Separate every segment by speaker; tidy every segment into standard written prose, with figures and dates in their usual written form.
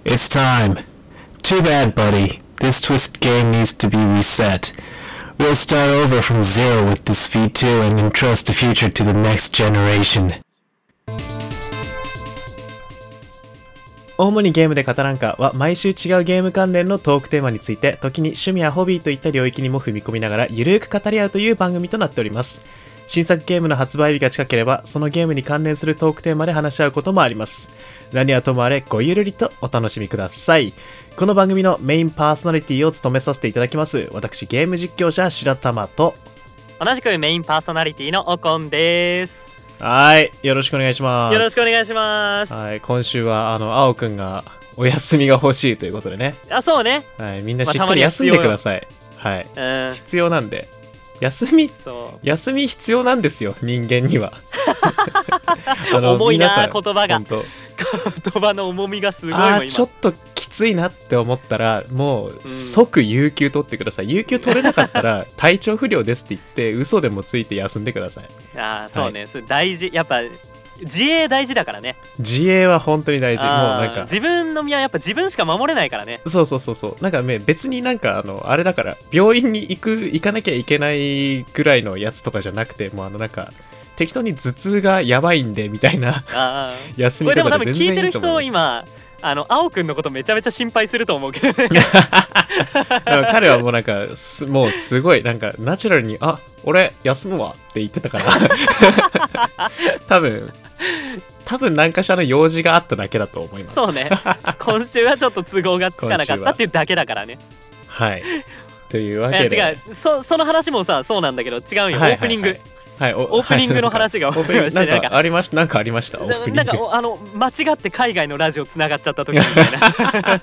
Speaker 1: It's time. Too bad, buddy. This Twist game needs to be reset. We'll start over from zero with this feat too and entrust the future to the next generation.
Speaker 2: 主にゲームで語らんかは毎週違うゲーム関連のトークテーマについて時に趣味やホビーといった領域にも踏み込みながらゆるく語り合うという番組となっております。新作ゲームの発売日が近ければそのゲームに関連するトークテーマで話し合うこともあります。何はともあれごゆるりとお楽しみください。この番組のメインパーソナリティを務めさせていただきます私ゲーム実況者白玉と
Speaker 3: 同じくメインパーソナリティのオコンです。
Speaker 2: はい、よろしくお願いします。
Speaker 3: よろしくお願いします。
Speaker 2: はい、今週は青くんがお休みが欲しいということでね。
Speaker 3: あ、そうね。
Speaker 2: はい、みんなしっかり休んでください。はい、必要なんで。休み必要なんですよ、人間には。
Speaker 3: 重いな
Speaker 2: 皆さん
Speaker 3: 言葉が。言葉の重みがすごいもん今。
Speaker 2: ちょっときついなって思ったらもう即有給取ってください。有給取れなかったら体調不良ですって言って嘘でもついて休んでください。
Speaker 3: あ、そうね、はい、それ大事。やっぱ自衛大事だからね。
Speaker 2: 自衛は本当に大事。もうなんか
Speaker 3: 自分の身はやっぱ自分しか守れないからね。
Speaker 2: そうなんかね、別になんかあれだから病院に行かなきゃいけないぐらいのやつとかじゃなくて、もうなんか適当に頭痛がやばいんでみたいな休み方で全然いいと思います。これでも多分
Speaker 3: 聞いてる人今青くんのことめちゃめちゃ心配すると思うけどね。
Speaker 2: 彼はもうなんかもうすごいなんかナチュラルに俺休むわって言ってたから多分何かしらの用事があっただけだと思います。
Speaker 3: そうね、今週はちょっと都合がつかなかったっていうだけだからね。
Speaker 2: はいというわけで
Speaker 3: 違う、その話もさそうなんだけど違うんよ、オープニング。はい、オープニングの話が
Speaker 2: なんかありました。なんかありました。オープニング
Speaker 3: なんか間違って海外のラジオつながっちゃった時みたいな。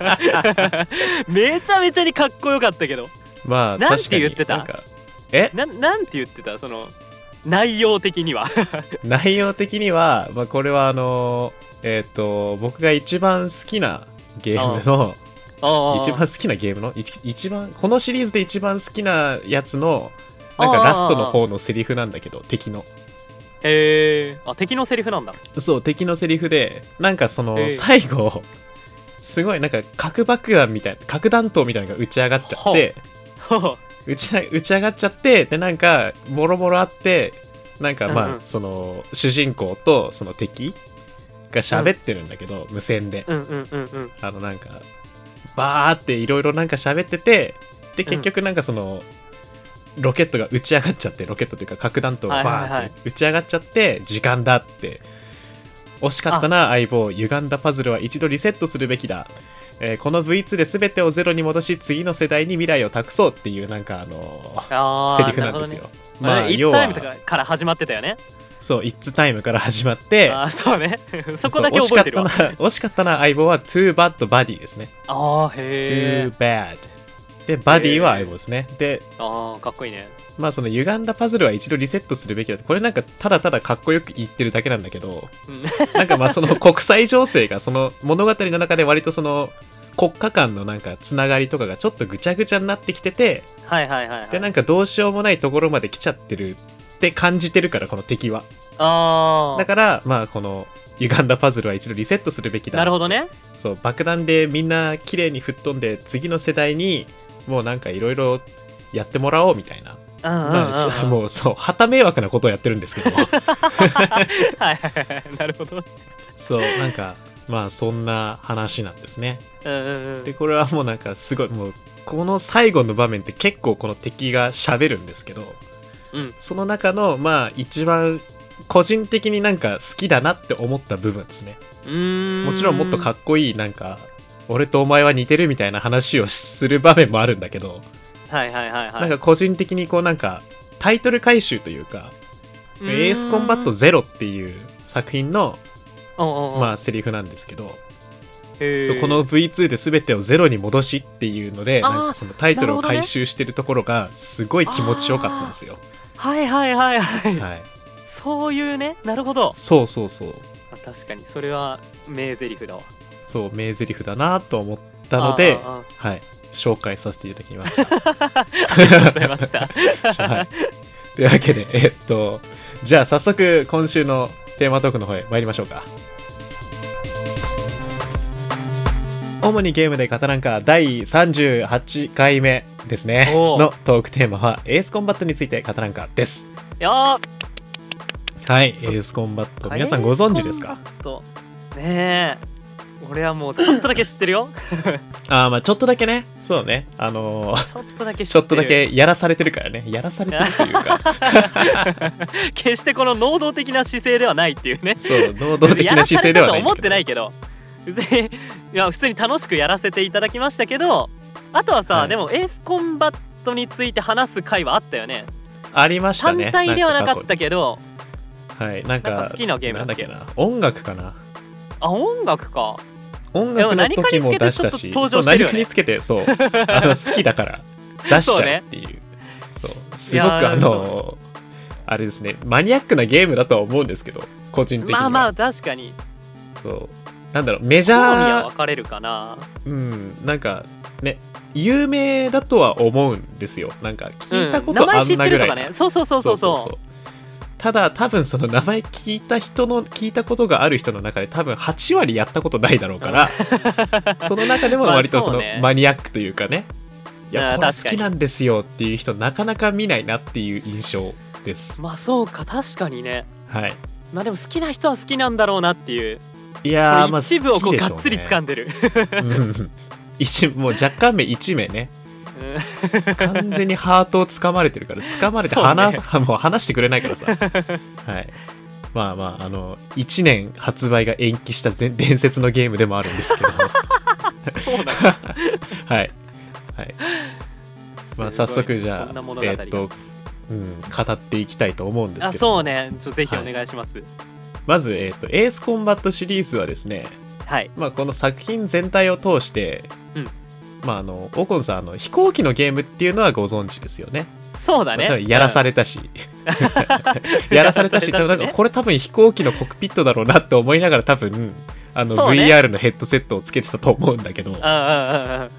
Speaker 3: めちゃめちゃにかっこよかったけど。
Speaker 2: まあ
Speaker 3: なんて言ってた？
Speaker 2: なんて
Speaker 3: 言ってた？その内容的には。
Speaker 2: 内容的には、まあ、これは僕が一番好きなゲームの一番好きなゲームの一番このシリーズで一番好きなやつのなんかラストの方のセリフなんだけど、敵の
Speaker 3: 敵のセリフなんだ。
Speaker 2: そう、敵のセリフでなんかその最後すごいなんか核爆弾みたいな核弾頭みたいなのが打ち上がっちゃって打ち上がっちゃって、でなんかもろもろあって、なんかまあその主人公とその敵が喋ってるんだけど、無線でなんかバーっていろいろなんか喋ってて、で結局なんかそのロケットが打ち上がっちゃって、ロケットというか核弾頭がバーって打ち上がっちゃって、時間だって、惜しかったな相棒、歪んだパズルは一度リセットするべきだ、この V2 で全てをゼロに戻し次の世代に未来を託そうっていうなんかセリフなんですよ。ね、
Speaker 3: まあ要は It's time から始まってたよね。
Speaker 2: そう、It's time から始まって、
Speaker 3: そうね。そこだけ覚えてるわ。
Speaker 2: 惜しかったな相棒は Too bad buddy ですね。
Speaker 3: Too
Speaker 2: badでバディは相棒ですね。で
Speaker 3: かっこいいね。
Speaker 2: まあその歪んだパズルは一度リセットするべきだって、これなんかただただかっこよく言ってるだけなんだけど、なんかまあその国際情勢がその物語の中で割とその国家間のなんかつながりとかがちょっとぐちゃぐちゃになってきてて、でなんかどうしようもないところまで来ちゃってるって感じてるから、この敵は。だからまあこの歪んだパズルは一度リセットするべきだ。
Speaker 3: なるほどね。
Speaker 2: そう、爆弾でみんな綺麗に吹っ飛んで次の世代にもうなんかいろいろやってもらおうみたいな。もうそう、旗迷惑なことをやってるんですけど。
Speaker 3: なるほど。
Speaker 2: そう、なんかまあそんな話なんですね。でこれはもうなんかすごい、もうこの最後の場面って結構この敵が喋るんですけど、その中のまあ一番個人的になんか好きだなって思った部分ですね。もちろんもっとかっこいいなんか俺とお前は似てるみたいな話をする場面もあるんだけど、なんか個人的にこうなんかタイトル回収というか、エースコンバットゼロっていう作品のまあセリフなんですけど、そうこの V2 で全てをゼロに戻しっていうので、なんかそのタイトルを回収してるところがすごい気持ちよかったんですよ。
Speaker 3: そういうね、なるほど。
Speaker 2: そう
Speaker 3: 確かにそれは名台詞だわ。
Speaker 2: そう、名台詞だなと思ったので、はい、紹介させていただきました。
Speaker 3: ありがとうございました。
Speaker 2: というわけでじゃあ早速今週のテーマトークの方へ参りましょうか。 主にゲームで語らんか第38回目ですねのトークテーマはエースコンバットについて語らんかです。
Speaker 3: はい、
Speaker 2: エースコンバット皆さんご存知ですか？
Speaker 3: ねえ、俺はもうちょっとだけ知ってるよ。
Speaker 2: まあちょっとだけね、そうね、ちょっとだけやらされてるからね、やらされてるというか
Speaker 3: 決してこの能動的な姿勢ではないっていうね。
Speaker 2: そう、能動的な姿勢ではないんだけど、
Speaker 3: やらされたと思ってないけど、いや普通に楽しくやらせていただきましたけど、あとはさ、でもエースコンバットについて話す回はあったよね。
Speaker 2: ありましたね。
Speaker 3: 単体ではなかったけど、
Speaker 2: はい、なんか
Speaker 3: 好きなゲーム
Speaker 2: なんだっけな、音楽かな。
Speaker 3: 音楽か。
Speaker 2: 音楽の時も出したし、そう、何かにつけて、そう、好きだから出しちゃうっていう。そう、すごくあれですね、マニアックなゲームだとは思うんですけど、個人的には。
Speaker 3: まあ確かに。
Speaker 2: そう、なんだろう、メジャー。
Speaker 3: 好みは分かれるかな。
Speaker 2: なんかね、有名だとは思うんですよ。なんか聞いたことあんなぐらい。名前知ってるとかね。
Speaker 3: そう。
Speaker 2: ただ多分その名前聞いたことがある人の中で多分8割やったことないだろうからその中でも割とそのマニアックというかね、いやこれ好きなんですよっていう人なかなか見ないなっていう印象です。
Speaker 3: まあそうか、確かにね。
Speaker 2: はい。
Speaker 3: まあでも好きな人は好きなんだろうなっていう。
Speaker 2: いや
Speaker 3: ー、一部をこうがっつり掴んでる
Speaker 2: もう若干目1名ね完全にハートをつかまれてるから、つかまれてもう話してくれないからさはい、まあ1年発売が延期した伝説のゲームでもあるんですけど
Speaker 3: そうなんだ
Speaker 2: はいまあ早速じゃあ語っていきたいと思うんですけど、
Speaker 3: そうね、ぜひお願いします。
Speaker 2: まず、エースコンバットシリーズはですね、まあ、この作品全体を通して、まあ、オコンさん飛行機のゲームっていうのはご存知ですよね。
Speaker 3: そうだね、
Speaker 2: やらされたしやらされたし、なんかこれ多分飛行機のコックピットだろうなって思いながら多分VR のヘッドセットをつけてたと思うんだけど、はい、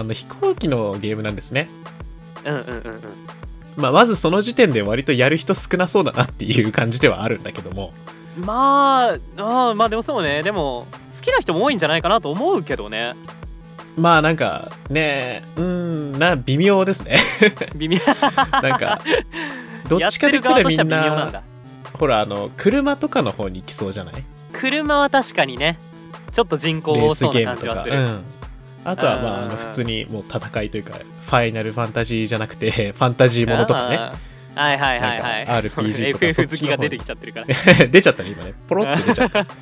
Speaker 2: 飛行機のゲームなんですね。まあ、まずその時点で割とやる人少なそうだなっていう感じではあるんだけども、
Speaker 3: まあでもそうね、でも好きな人も多いんじゃないかなと思うけどね。
Speaker 2: まあなんかね、微妙ですね
Speaker 3: 微妙
Speaker 2: なんかどっちかで言ったらみんなほら車とかの方に行きそうじゃない？
Speaker 3: 車は確かにね、ちょっと人口多そうな感じはする。
Speaker 2: あとはまあ普通にもう戦いというか、ファイナルファンタジーじじゃなくてファンタジーものとかね、
Speaker 3: はい
Speaker 2: RPG とかそっちの方
Speaker 3: FF 好きが出てきちゃってるから
Speaker 2: 出ちゃったね今ね、ポロッと出ちゃったはい、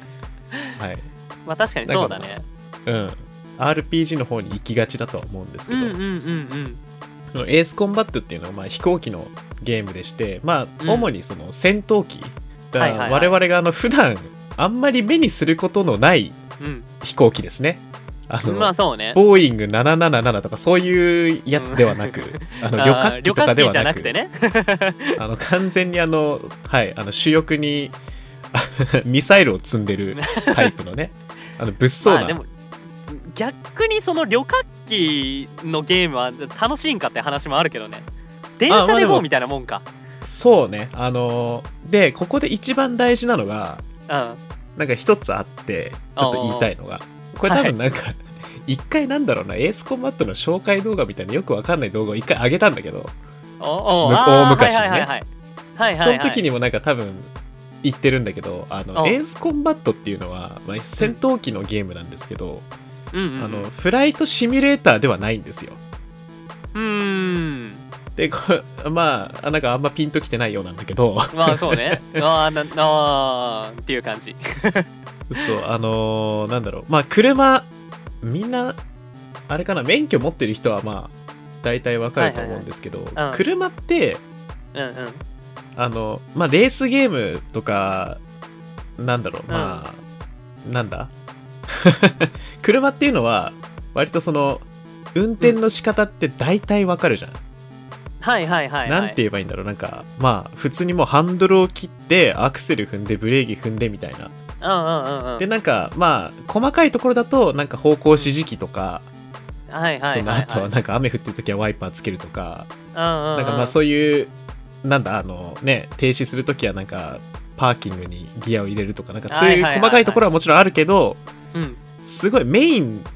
Speaker 3: まあ確かにそうだね。
Speaker 2: RPG の方に行きがちだとは思うんですけど、エースコンバットっていうのはまあ飛行機のゲームでして、まあ主にその戦闘機、我々が普段あんまり目にすることのない飛行機ですね。
Speaker 3: まあそうね、
Speaker 2: ボーイング777とかそういうやつではなく旅客機とかではなくてね完全に主翼にミサイルを積んでるタイプのね物騒な、
Speaker 3: でも逆にその旅客機のゲームは楽しいんかって話もあるけどね。電車で GO みたいなもんか。
Speaker 2: そうね、でここで一番大事なのがなんか一つあって、ちょっと言いたいのが、これ多分なんか一回なんだろうな、エースコンバットの紹介動画みたいなよくわかんない動画を一回上げたんだけど、大昔にね、その時にもなんか多分言ってるんだけど、エースコンバットっていうのは、まあ、戦闘機のゲームなんですけど、フライトシミュレーターではないんですよ。でまあなんかあんまピンときてないようなんだけど
Speaker 3: まあそうねっていう感じ
Speaker 2: そうなんだろう、まあ車みんなあれかな、免許持ってる人はまあ大体わかると思うんですけど、車ってまあレースゲームとかなんだろう、まあなんだ車っていうのは割とその運転の仕方って大体わかるじゃん。なんて言えばいいんだろう、なんかまあ普通にもうハンドルを切ってアクセル踏んでブレーキ踏んでみたいな、でなんかまあ細かいところだとなんか方向指示器とか、あとはなんか雨降ってる時はワイパーつけるとか、なんかまあそういうなんだね、停止する時はなんかパーキングにギアを入れるとか、なんかそういう細かいところはもちろんあるけど、すごいメイン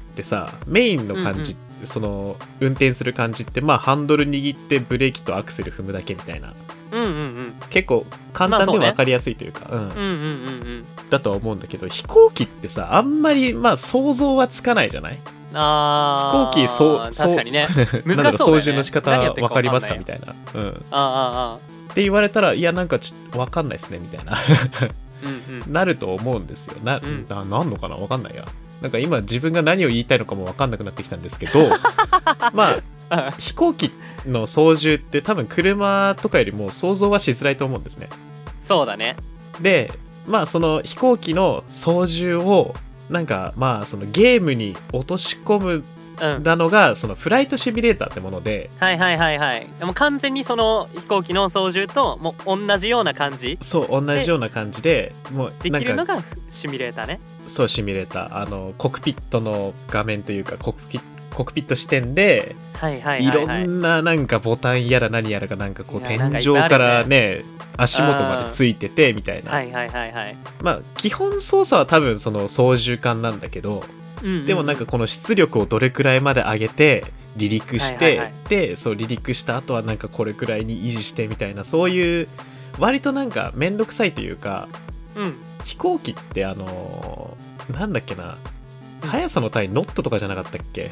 Speaker 2: ってさ、メインの感じ、その運転する感じってまあハンドル握ってブレーキとアクセル踏むだけみたいな、結構簡単で分かりやすいというか、だとは思うんだけど、飛行機ってさあんまりまあ想像はつかないじゃない。飛行機
Speaker 3: 確かにね
Speaker 2: なんだろう、操縦の仕方分かりますかみたいな、って言われたら、いやなんかちょっと分かんないですねみたいななると思うんですよ。なんのかな、分かんないや。なんか今自分が何を言いたいのかも分かんなくなってきたんですけどまあ飛行機の操縦って多分車とかよりも想像はしづらいと思うんですね。
Speaker 3: そうだね。
Speaker 2: でまあその飛行機の操縦をなんかまあそのゲームに落とし込むなのがそのフライトシミュレーターってもので、
Speaker 3: でも完全にその飛行機の操縦ともう同じような感じ。
Speaker 2: そう同じような感じでもう
Speaker 3: できるのがシミュレーターね。
Speaker 2: そうシミュレーター、コックピットの画面というかコックピット視点でいろんななんかボタンやら何やらがなんかこう天井からね足元までついててみたいな。まあ基本操作は多分その操縦桿なんだけど、でもなんかこの出力をどれくらいまで上げて離陸して、でそう離陸した後はなんかこれくらいに維持してみたいな、そういう割となんかめんどくさいというか、飛行機ってなんだっけな、速さの単位ノットとかじゃなかったっけ。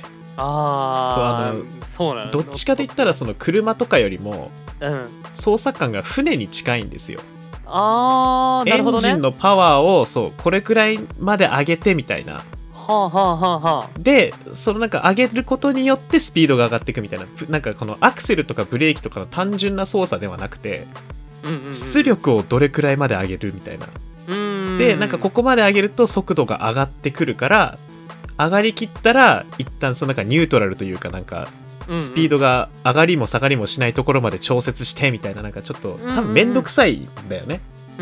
Speaker 3: そうなの。
Speaker 2: どっちかで言ったらその車とかよりも操作感が船に近いんですよ。
Speaker 3: なるほどね。
Speaker 2: エンジンのパワーをそうこれくらいまで上げてみたいな。でそのなんか上げることによってスピードが上がっていくみたいな、なんかこのアクセルとかブレーキとかの単純な操作ではなくて、出力をどれくらいまで上げるみたいな。でなんかここまで上げると速度が上がってくるから、上がりきったら一旦そのなんかニュートラルというかなんかスピードが上がりも下がりもしないところまで調節してみたいな、なんかちょっと多分めんどくさいんだよね。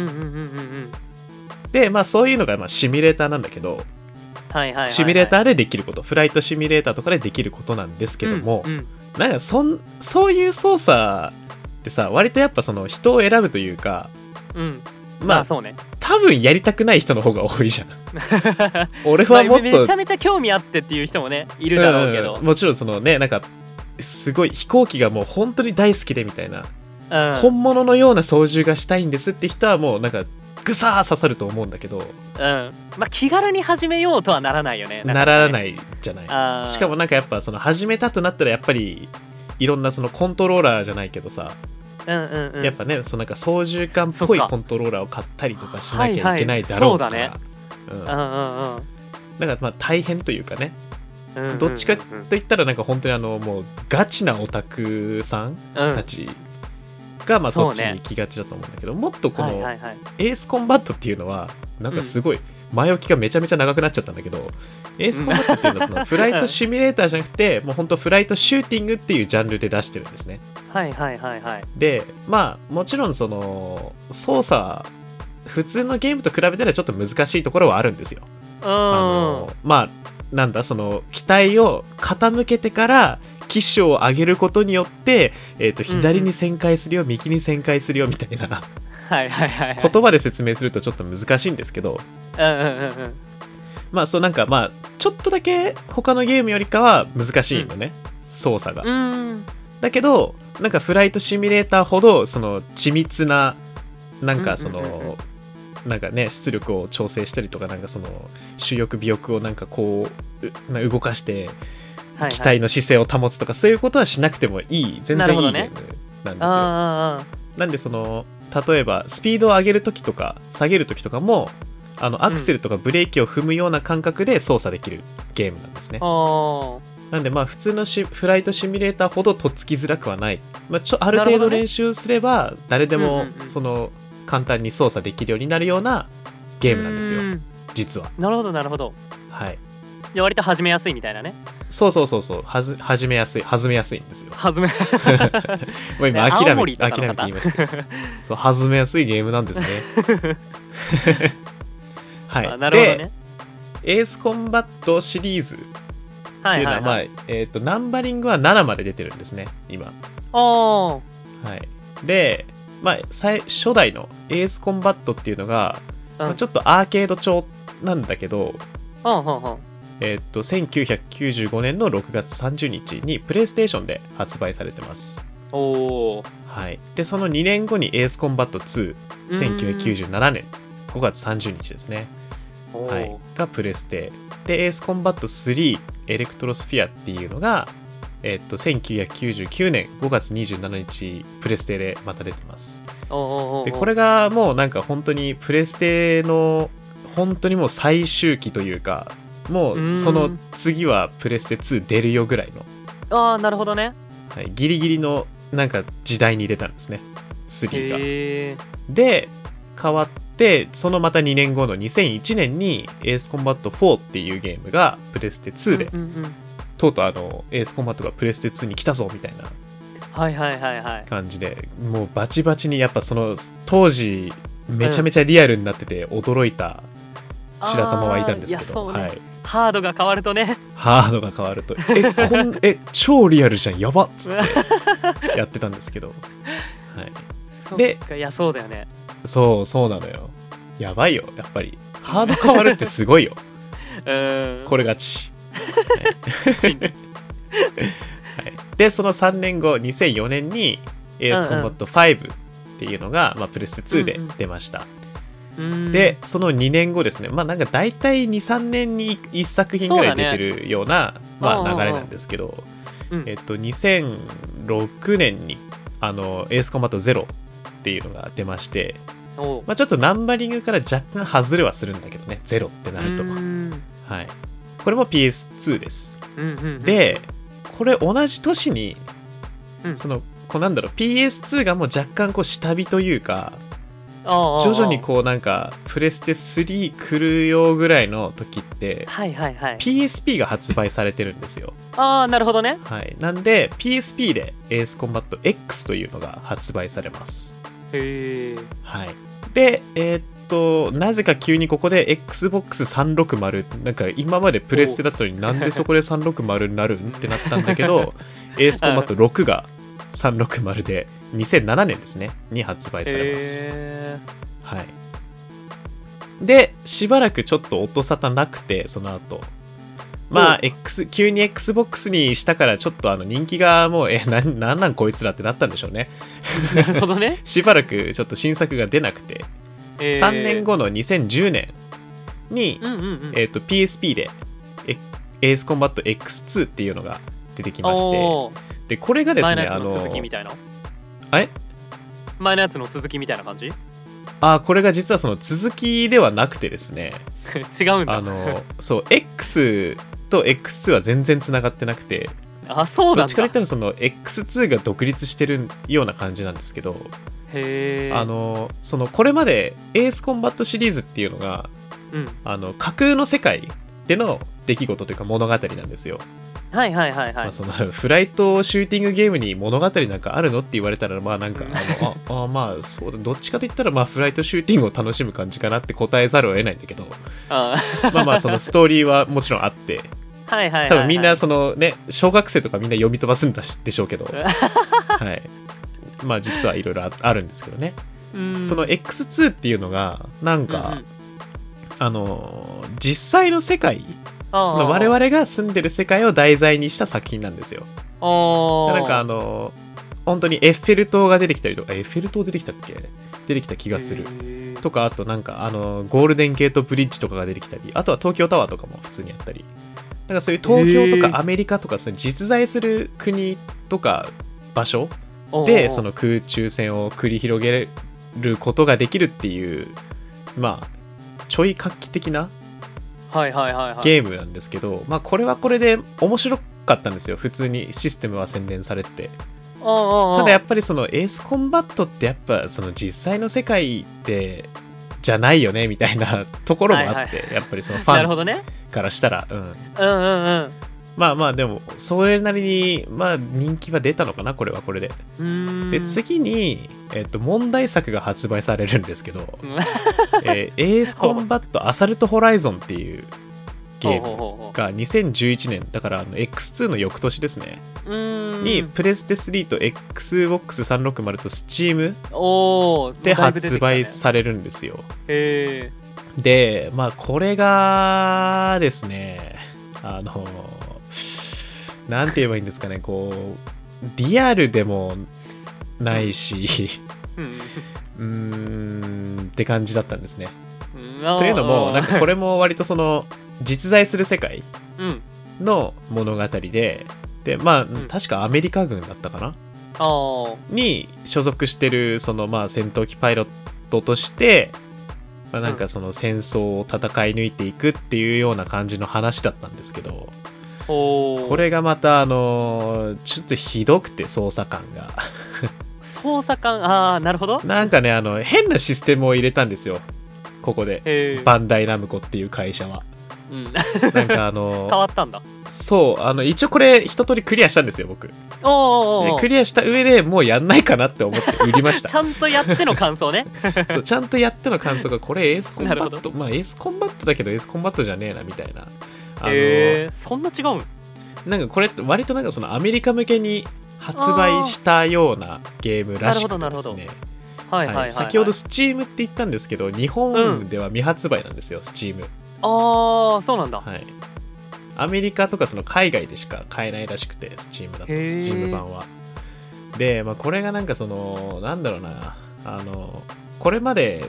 Speaker 2: でまあそういうのがまあシミュレーターなんだけど、シミュレーターでできること、フライトシミュレーターとかでできることなんですけども、なんかそういう操作ってさ割とやっぱその人を選ぶというか、まあそうね、多分やりたくない人の方が多いじゃん俺はもっと
Speaker 3: めちゃめちゃ興味あってっていう人もねいるだろうけど、
Speaker 2: もちろんそのねなんかすごい飛行機がもう本当に大好きでみたいな、本物のような操縦がしたいんですって人はもうなんかぐさー刺さると思うんだけど、
Speaker 3: まあ気軽に始めようとはならないよね。
Speaker 2: ならないじゃない。しかもなんかやっぱその始めたとなったらやっぱりいろんなそのコントローラーじゃないけどさ、やっぱねそのなんか操縦桿っぽいコントローラーを買ったりとかしなきゃいけないだろうから、だからまあ大変というかね、どっちかといったらなんか本当にもうガチなオタクさんたちがまあそっちに行きがちだと思うんだけど、もっとこのエースコンバットっていうのはなんかすごい前置きがめちゃめちゃ長くなっちゃったんだけど、エースコンバットっていうのはそのフライトシミュレーターじゃなくてもう本当フライトシューティングっていうジャンルで出してるんですね。でまあもちろんその操作普通のゲームと比べたらちょっと難しいところはあるんですよ。まあなんだその機体を傾けてから機首を上げることによって、左に旋回するよ、右に旋回するよみたいな言葉で説明するとちょっと難しいんですけど、まあそうなんかまあちょっとだけ他のゲームよりかは難しいのね、操作が。だけどなんかフライトシミュレーターほどその緻密ななんかそのなんかね出力を調整したりとかなんかその主翼尾翼をなんかこう動かして機体の姿勢を保つとかそういうことはしなくてもいい、全然いいゲームなんですよ。なんでその例えばスピードを上げるときとか下げるときとかもアクセルとかブレーキを踏むような感覚で操作できるゲームなんですね。なんでまあ普通のフライトシミュレーターほどとっつきづらくはない、まあ、ある程度練習すれば誰でもその簡単に操作できるようになるようなゲームなんですよ実は。
Speaker 3: なるほどなるほど。
Speaker 2: はい。
Speaker 3: で割と始めやすいみたいなね。
Speaker 2: そう始めやすいんですよ。
Speaker 3: も
Speaker 2: う今諦めて言いましたけどそう始めやすいゲームなんですねはい。
Speaker 3: なるほどね。
Speaker 2: でエースコンバットシリーズっていうのはまあナンバリングは7まで出てるんですね今。はい。でまあ初代のエースコンバットっていうのが、まあ、ちょっとアーケード調なんだけど、 1995年の6月30日にプレイステーションで発売されてます。
Speaker 3: おー。
Speaker 2: はい。で、その2年後にエースコンバット2、1997年5月30日ですね。はい。がプレステ。で、エースコンバット3、エレクトロスフィアっていうのが、1999年5月27日プレステでまた出てます。で、これがもうなんか本当にプレステの本当にもう最終期というか、もうその次はプレステ2出るよぐらいの、
Speaker 3: ああ、なるほどね。
Speaker 2: はい、ギリギリのなんか時代に出たんですね、3が。
Speaker 3: へー。
Speaker 2: で、変わって、そのまた2年後の2001年にエースコンバット4っていうゲームがプレステ2で、とうとうエースコンバットがプレステ2に来たぞみたいな感じで、もうバチバチにやっぱその当時めちゃめちゃリアルになってて驚いた白玉はいたんですけど、はい、
Speaker 3: ハードが変わるとね、
Speaker 2: ハードが変わると超リアルじゃん、やばっつってやってたんですけど、はい、
Speaker 3: で、いや、そうだよね。
Speaker 2: そうなのよ。やばいよ、やっぱりハード変わるってすごいよこれがちはい、でその3年後2004年にエースコンバット5っていうのが、プレステ2で出ました。でその2年後ですね、なんか大体 2,3 年に1作品ぐらい出てるような流れなんですけど、2006年にエースコンバット0っていうのが出まして、ちょっとナンバリングから若干外れはするんだけどね、0ってなると、はい、これも PS2 です。でこれ同じ年に、なんだろう、 PS2 がもう若干こう下火というか、徐々にこうなんかプレステ3来るよぐらいの時って、PSP が発売されてるんですよ。
Speaker 3: なるほどね。
Speaker 2: はい、なんで PSP でエースコンバット X というのが発売されます。
Speaker 3: へー。
Speaker 2: はい。でなぜか急にここで Xbox360、なんか今までプレステだったのになんでそこで360になるんってなったんだけどエースコンバット6が360で2007年ですねに発売されます。はい。でしばらくちょっと音沙汰なくて、その後急に Xbox にしたからちょっと人気がもうなんこいつらってなったんでしょうね。
Speaker 3: なるほどね。
Speaker 2: しばらくちょっと新作が出なくて、3年後の2010年に、PSP でエースコンバット X2 っていうのが出てきまして、でこれがですね、
Speaker 3: 前のやつの続きみたいな、前のやつの続きみたいな感じ？
Speaker 2: これが実はその続きではなくてですね
Speaker 3: 違うんだ。
Speaker 2: そう X と X2 は全然つながってなくて、
Speaker 3: そうなんだ。
Speaker 2: どっちかといったらその X2 が独立してるような感じなんですけど、
Speaker 3: へー。
Speaker 2: そのこれまでエースコンバットシリーズっていうのが、架空の世界での出来事というか物語なんですよ。そのフライトシューティングゲームに物語なんかあるのって言われたら、なんかそうだ、どっちかといったらフライトシューティングを楽しむ感じかなって答えざるを得ないんだけど、そのストーリーはもちろんあって多分みんなそのね、小学生とかみんな読み飛ばすんでしょうけどはい、実はいろいろあるんですけどね。その X2 っていうのがなんか、実際の世界、その我々が住んでる世界を題材にした作品なんですよ。なんか本当にエッフェル塔が出てきたりとか、エッフェル塔出てきたっけ、出てきた気がするとか、あとなんかゴールデンゲートブリッジとかが出てきたり、あとは東京タワーとかも普通にあったり、なんかそういう東京とかアメリカとか、そういう実在する国とか場所でその空中戦を繰り広げることができるっていう、ちょい画期的なゲームなんですけど、これはこれで面白かったんですよ。普通にシステムは洗練されてて、ただやっぱりそのエースコンバットってやっぱその実際の世界ってじゃないよねみたいなところもあって、やっぱりそのファンからしたら、でもそれなりに人気は出たのかな、これはこれで。で次に、問題作が発売されるんですけどエースコンバットアサルトホライゾンっていうゲームが2011年だから、X2 の翌年ですねにプレステ3と Xbox360 と Steam で発売されるんですよ。でこれがですね、 なんて言えばいいんですかね、こうリアルでもないしって感じだったんですね。というのもなんかこれも割とその実在する世界の物語で、まあ確かアメリカ軍だったかな、に所属してるそのまあ戦闘機パイロットとして、まあ、なんかその戦争を戦い抜いていくっていうような感じの話だったんですけど、これがまたちょっとひどくて、操作感が
Speaker 3: 操作感、なるほど。
Speaker 2: なんかね変なシステムを入れたんですよ、ここでバンダイナムコっていう会社は。なんか
Speaker 3: 変わったんだ。
Speaker 2: そう一応これ一通りクリアしたんですよ僕。クリアした上でもうやんないかなって思って売りました
Speaker 3: ちゃんとやっての感想ね
Speaker 2: そうちゃんとやっての感想が、これエースコンバット、まあエースコンバットだけどエースコンバットじゃねえなみたいな。
Speaker 3: そんな違うん？
Speaker 2: なんかこれって割となんかそのアメリカ向けに発売したようなゲームらしくてですね、先ほど Steam って言ったんですけど、日本では未発売なんですよ、Steam。
Speaker 3: そうなんだ。
Speaker 2: はい。アメリカとかその海外でしか買えないらしくて、Steam だと Steam 版は。で、まあこれがなんかそのなんだろうな、これまで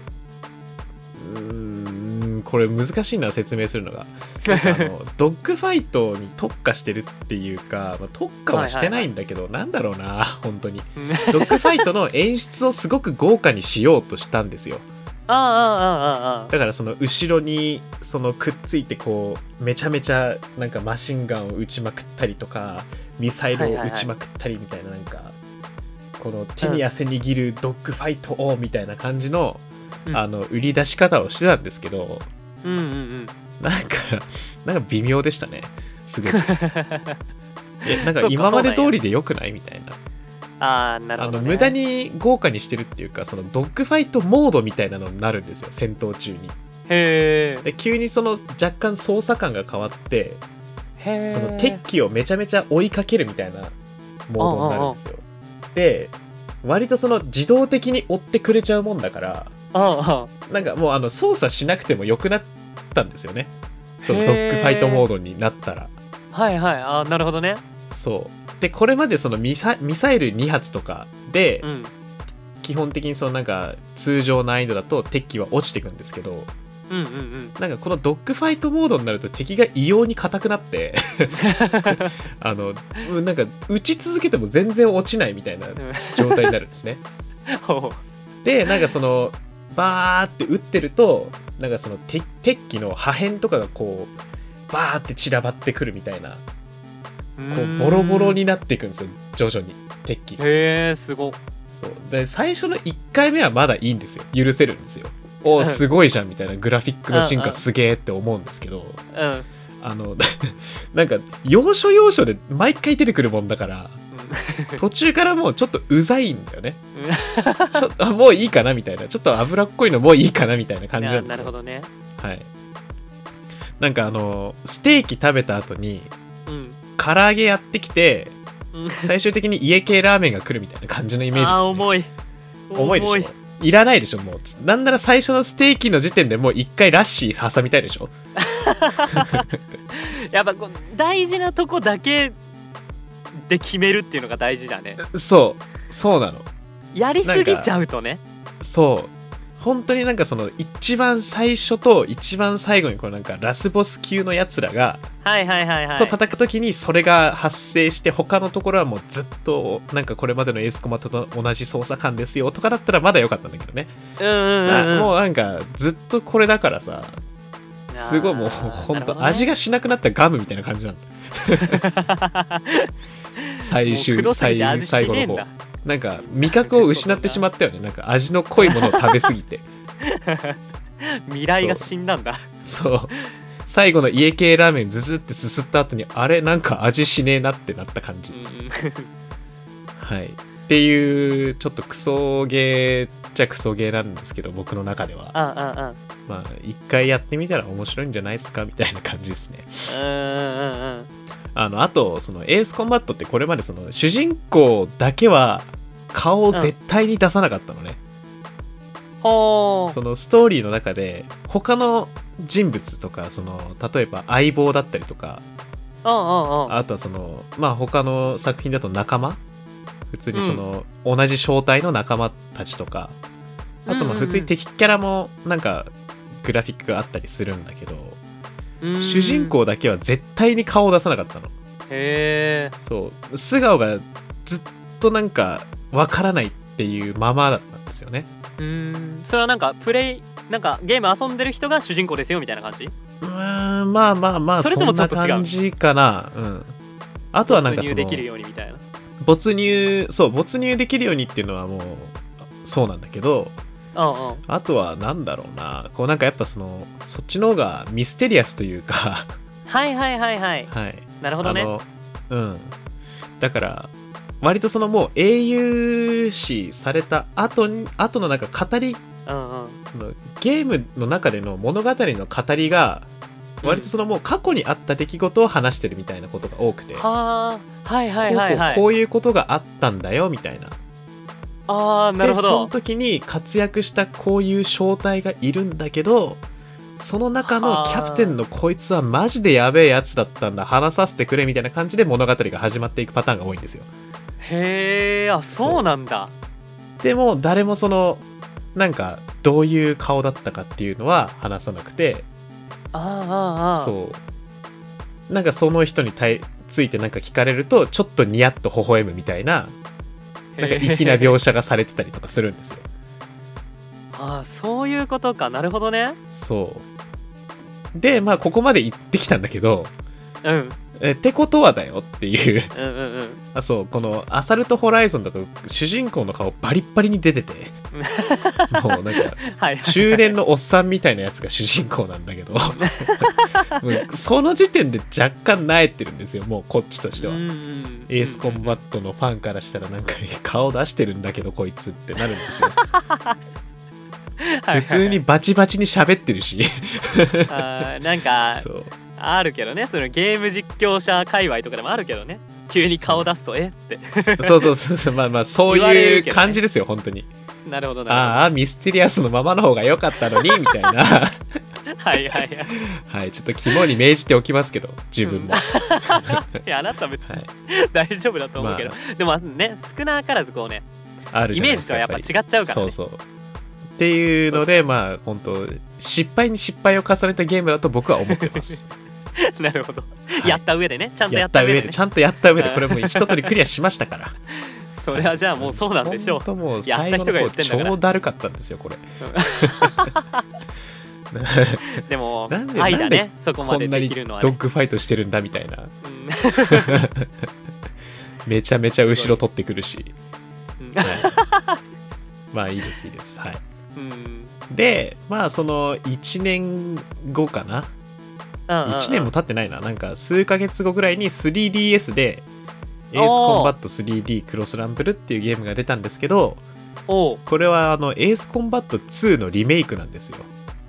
Speaker 2: これ難しいな説明するのがドッグファイトに特化してるっていうか、まあ、特化はしてないんだけど、なんだろうな本当にドッグファイトの演出をすごく豪華にしようとしたんですよ。だからその後ろにそのくっついてこうめちゃめちゃなんかマシンガンを撃ちまくったりとかミサイルを撃ちまくったりみたいな、なんかこの手に汗握るドッグファイトをみたいな感じの売り出し方をしてたんですけど、なんか微妙でしたね、すごくなんか今まで通りでよくないみたいな。
Speaker 3: なるほどね。
Speaker 2: 無駄に豪華にしてるっていうか、そのドッグファイトモードみたいなのになるんですよ、戦闘中に。で急にその若干操作感が変わって、その敵機をめちゃめちゃ追いかけるみたいなモードになるんですよ。で割とその自動的に追ってくれちゃうもんだから、なんかもう操作しなくてもよくなったんですよね、そのドッグファイトモードになったら。
Speaker 3: なるほどね。
Speaker 2: そうでこれまでそのミサイル2発とかで、基本的にそのなんか通常難易度だと敵機は落ちていくんですけど、なんかこのドッグファイトモードになると敵が異様に硬くなってなんか撃ち続けても全然落ちないみたいな状態になるんですねでなんかそのバーって撃ってると、なんかその敵機の破片とかがこうバーって散らばってくるみたいな、こうボロボロになっていくんですよ、徐々に敵機。
Speaker 3: すご。
Speaker 2: そうで最初の1回目はまだいいんですよ、許せるんですよ。すごいじゃんみたいな、グラフィックの進化すげーって思うんですけど、なんか要所要所で毎回出てくるもんだから、途中からもうちょっとうざいんだよねちょっともういいかなみたいな、ちょっと脂っこいのもういいかなみたいな感じなんですよ。
Speaker 3: なるほどね。
Speaker 2: はい。なんかステーキ食べた後に、唐揚げやってきて、最終的に家系ラーメンが来るみたいな感じのイメージですね。重いでしょ。いらないでしょ。もうなんなら最初のステーキの時点でもう一回ラッシー挟みたいでしょ
Speaker 3: やっぱこう大事なとこだけで決めるっていうのが大事だね。
Speaker 2: そうなの。
Speaker 3: やりすぎちゃうとね。
Speaker 2: そう本当になんかその一番最初と一番最後にこのなんかラスボス級のやつらがと叩くときにそれが発生して、他のところはもうずっとなんかこれまでのエースコマと同じ操作感ですよとかだったらまだ良かったんだけどね。もうなんかずっとこれだからさ、すごいもう本当味がしなくなったガムみたいな感じなの最後の方なんか味覚を失ってしまったよね。なんか味の濃いものを食べ過ぎて
Speaker 3: 未来が死んだんだ。
Speaker 2: そう最後の家系ラーメンズズってすすった後に、あれなんか味しねえなってなった感じはいっていうちょっとクソゲーっちゃクソゲーなんですけど、僕の中ではまあ一回やってみたら面白いんじゃないですかみたいな感じですね。あとそのエースコンバットってこれまでその主人公だけは顔を絶対に出さなかったのね。そのストーリーの中で他の人物とか、その例えば相棒だったりとか、あとはそのまあ他の作品だと仲間、普通にその、同じ正体の仲間たちとか、あとまあ普通に敵キャラもなんかグラフィックがあったりするんだけど、主人公だけは絶対に顔を出さなかったの。
Speaker 3: へえ。
Speaker 2: そう素顔がずっとなんかわからないっていうままだったんですよね。
Speaker 3: それはなんかなんかゲーム遊んでる人が主人公ですよみたいな感じ？
Speaker 2: まあまあまあ、
Speaker 3: それともちょっと違う、
Speaker 2: そんな感じかな。あとはなんかその
Speaker 3: 没入できるようにみたいな。
Speaker 2: 没入できるようにっていうのはもうそうなんだけど、あとはなんだろうな、こうなんかやっぱそっちの方がミステリアスというか
Speaker 3: はい、なるほどね。
Speaker 2: だから割とそのもう英雄視された後のなんか語り、ゲームの中での物語の語りが割とそのもう過去にあった出来事を話してるみたいなことが多くて、
Speaker 3: こ
Speaker 2: ういうことがあったんだよみたいな。
Speaker 3: なるほど。
Speaker 2: でその時に活躍したこういう正体がいるんだけど、その中のキャプテンのこいつはマジでやべえやつだったんだ、話させてくれみたいな感じで物語が始まっていくパターンが多いんですよ。
Speaker 3: へえ、そうなんだ。
Speaker 2: でも誰もそのなんかどういう顔だったかっていうのは話さなくて、そうなんかその人についてなんか聞かれるとちょっとニヤッと微笑むみたいな、なんか粋な描写がされてたりとかするんですよ。
Speaker 3: そういうことか。なるほどね。
Speaker 2: そうでまあここまで行ってきたんだけど、ってことはだよっていうそうこのアサルトホライゾンだと主人公の顔バリッバリに出ててもうなんか中年のおっさんみたいなやつが主人公なんだけどもうその時点で若干萎えてるんですよ、もうこっちとしては。エースコンバットのファンからしたらなんか顔出してるんだけどこいつってなるんですよ普通にバチバチに喋ってるし
Speaker 3: なんかあるけどね、そのゲーム実況者界隈とかでもあるけどね、急に顔出すとって
Speaker 2: そうまあまあそういう感じですよ、本当に。
Speaker 3: なるほど
Speaker 2: ミステリアスのままの方が良かったのにみたいなはいちょっと肝に銘じておきますけど自分も、
Speaker 3: いやあなた別に、大丈夫だと思うけど、でもね少なからずこうね
Speaker 2: あるじゃないですか、
Speaker 3: イメージとはやっぱ違っちゃうからね。
Speaker 2: そうっていうのでまあ本当失敗に失敗を重ねたゲームだと僕は思ってます
Speaker 3: なるほど、やった上でね、ちゃんとや
Speaker 2: った上でちゃんとやった上でこれも一通りクリアしましたから
Speaker 3: それはじゃあもうそうなんでしょう。
Speaker 2: もう最後の方超だるかったんですよこれ
Speaker 3: でも愛だね、そこまでできるのはね。
Speaker 2: ドッグファイトしてるんだみたいなめちゃめちゃ後ろ取ってくるし、まあいいですはい。でまあその1年後かな、1年も経ってないな、なんか数ヶ月後ぐらいに 3DS でエースコンバット 3D クロスランブルっていうゲームが出たんですけど、これはエースコンバット2のリメイクなんですよ。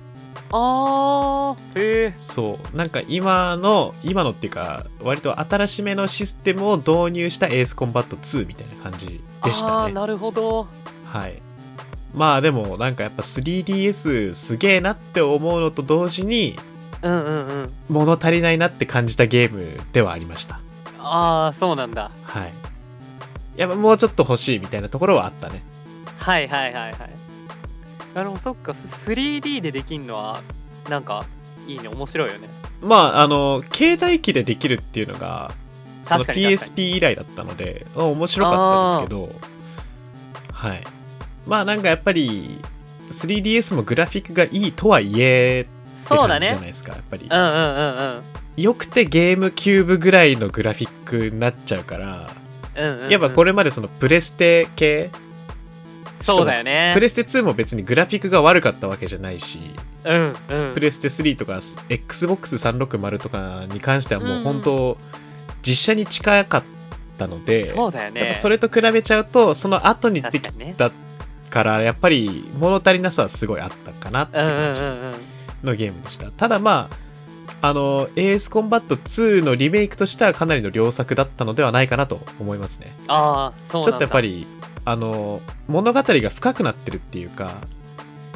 Speaker 2: そうなんか今のっていうか割と新しめのシステムを導入したエースコンバット2みたいな感じでしたね。
Speaker 3: なるほど。
Speaker 2: はい。まあでもなんかやっぱ 3DS すげえなって思うのと同時に物足りないなって感じたゲームではありました。
Speaker 3: そうなんだ。
Speaker 2: はい。やっぱもうちょっと欲しいみたいなところはあったね。
Speaker 3: はいそっか 3D でできんのはなんかいいね、面白いよね。
Speaker 2: まあ携帯機でできるっていうのがその PSP 以来だったので面白かったですけど、はい。まあなんかやっぱり 3DS もグラフィックがいいとはいえって感じじゃないですか、やっぱり。よくてゲームキューブぐらいのグラフィックになっちゃうから、やっぱこれまでそのプレステ系、
Speaker 3: そうだよね、
Speaker 2: プレステ2も別にグラフィックが悪かったわけじゃないし、プレステ3とか XBOX360 とかに関してはもう本当実写に近かったので、
Speaker 3: そうだよね、
Speaker 2: やっぱそれと比べちゃうとその後に出てきたからやっぱり物足りなさはすごいあったかなって感じのゲームでした。ただまあエースコンバット2のリメイクとしてはかなりの良作だったのではないかなと思いますね。
Speaker 3: そうなんだ。
Speaker 2: ちょっとやっぱり物語が深くなってるっていうか、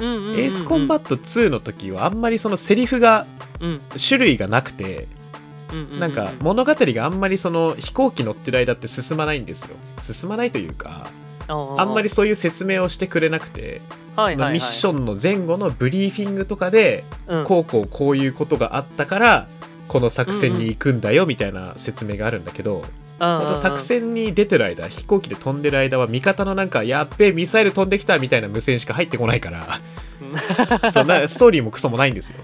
Speaker 2: エースコンバット2の時はあんまりそのセリフが種類がなくて、なんか物語があんまりその飛行機乗ってる間って進まないんですよ。進まないというか、あんまりそういう説明をしてくれなくて、そのミッションの前後のブリーフィングとかで、こういうことがあったからこの作戦に行くんだよみたいな説明があるんだけど、作戦に出てる間、飛行機で飛んでる間は味方のなんかやっべえミサイル飛んできたみたいな無線しか入ってこないからそんなストーリーもクソもないんですよ。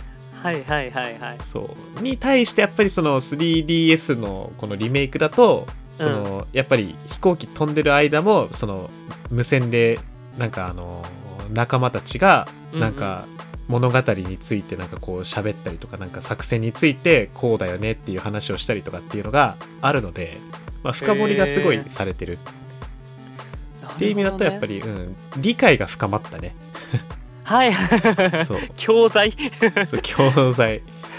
Speaker 2: そうに対してやっぱりその 3DS のこのリメイクだと、そのやっぱり飛行機飛んでる間もその無線でなんか仲間たちがなんか物語についてなんかこう喋ったりとか、なんか作戦についてこうだよねっていう話をしたりとかっていうのがあるので、まあ、深掘りがすごいされてるっていう意味だとやっぱり、理解が深まったね。
Speaker 3: はい
Speaker 2: そう
Speaker 3: 教材
Speaker 2: そう教材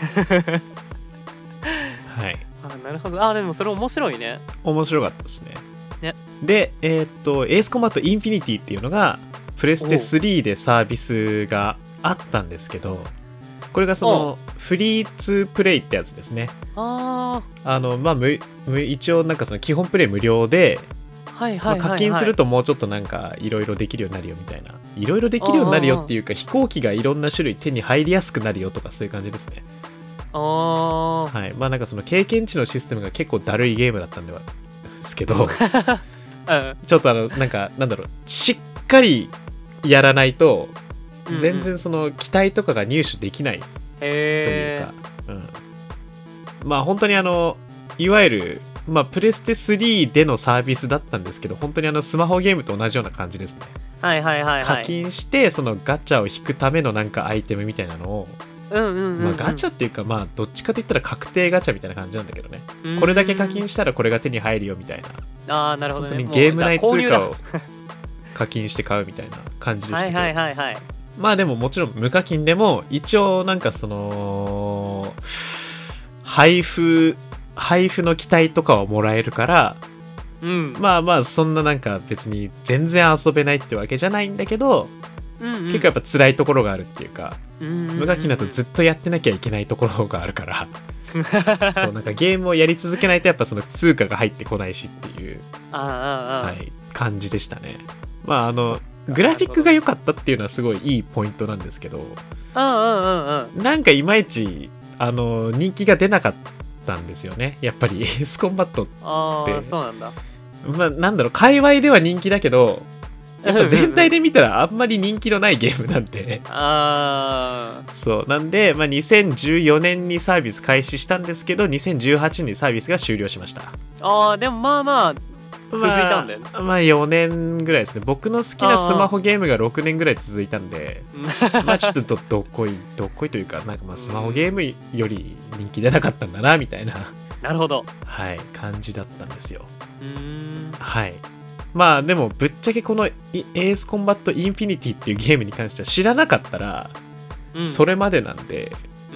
Speaker 2: はい。
Speaker 3: なるほど。でもそれ面白いね。
Speaker 2: 面白かったですね。でエースコンバットインフィニティっていうのがプレステ3でサービスがあったんですけど、これがそのフリーツープレイってやつですね。まあ一応なんかその基本プレイ無料で、課金するともうちょっとなんかいろいろできるようになるよみたいな、いろいろできるようになるよっていうか、飛行機がいろんな種類手に入りやすくなるよとかそういう感じですね。はい。まあなんかその経験値のシステムが結構だるいゲームだったんですけどちょっとなんかなんだろう、しっかりやらないと全然その期待とかが入手できないというか、まあ本当にいわゆるまあプレステ3でのサービスだったんですけど、本当にスマホゲームと同じような感じですね。課金してそのガチャを引くためのなんかアイテムみたいなのを、まあガチャっていうか、まあどっちかといったら確定ガチャみたいな感じなんだけどね。これだけ課金したらこれが手に入るよみたいな。
Speaker 3: なるほどね。
Speaker 2: 本当にゲーム内通貨を課金して買うみたいな感じでしたけど、まあでももちろん無課金でも一応なんかその配布の期待とかはもらえるから、まあまあそんななんか別に全然遊べないってわけじゃないんだけど、結構やっぱ辛いところがあるっていうか、無課金だとずっとやってなきゃいけないところがあるからそうなんかゲームをやり続けないとやっぱその通貨が入ってこないしっていう感じでしたね。まあグラフィックが良かったっていうのはすごいいいポイントなんですけど、なんかいまいち人気が出なかったんですよね、やっぱりエースコンバットって。
Speaker 3: そうなんだ。
Speaker 2: まあなんだろう、界隈では人気だけどやっぱ全体で見たらあんまり人気のないゲームなんでそうなんで、まあ、2014年にサービス開始したんですけど2018年にサービスが終了しました。
Speaker 3: でもまあまあ続いたんだよね。
Speaker 2: まあ4年ぐらいですね。僕の好きなスマホゲームが6年ぐらい続いたんでまあちょっとどっこいというか、なんかまあスマホゲームより人気出なかったんだなみたいな
Speaker 3: なるほど、
Speaker 2: はい感じだったんですよ。はい。まあでもぶっちゃけこのエースコンバットインフィニティっていうゲームに関しては知らなかったらそれまでなんで、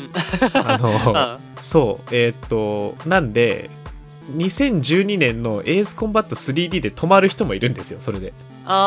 Speaker 2: そうなんで2012年のエースコンバット 3D で止まる人もいるんですよ、それで。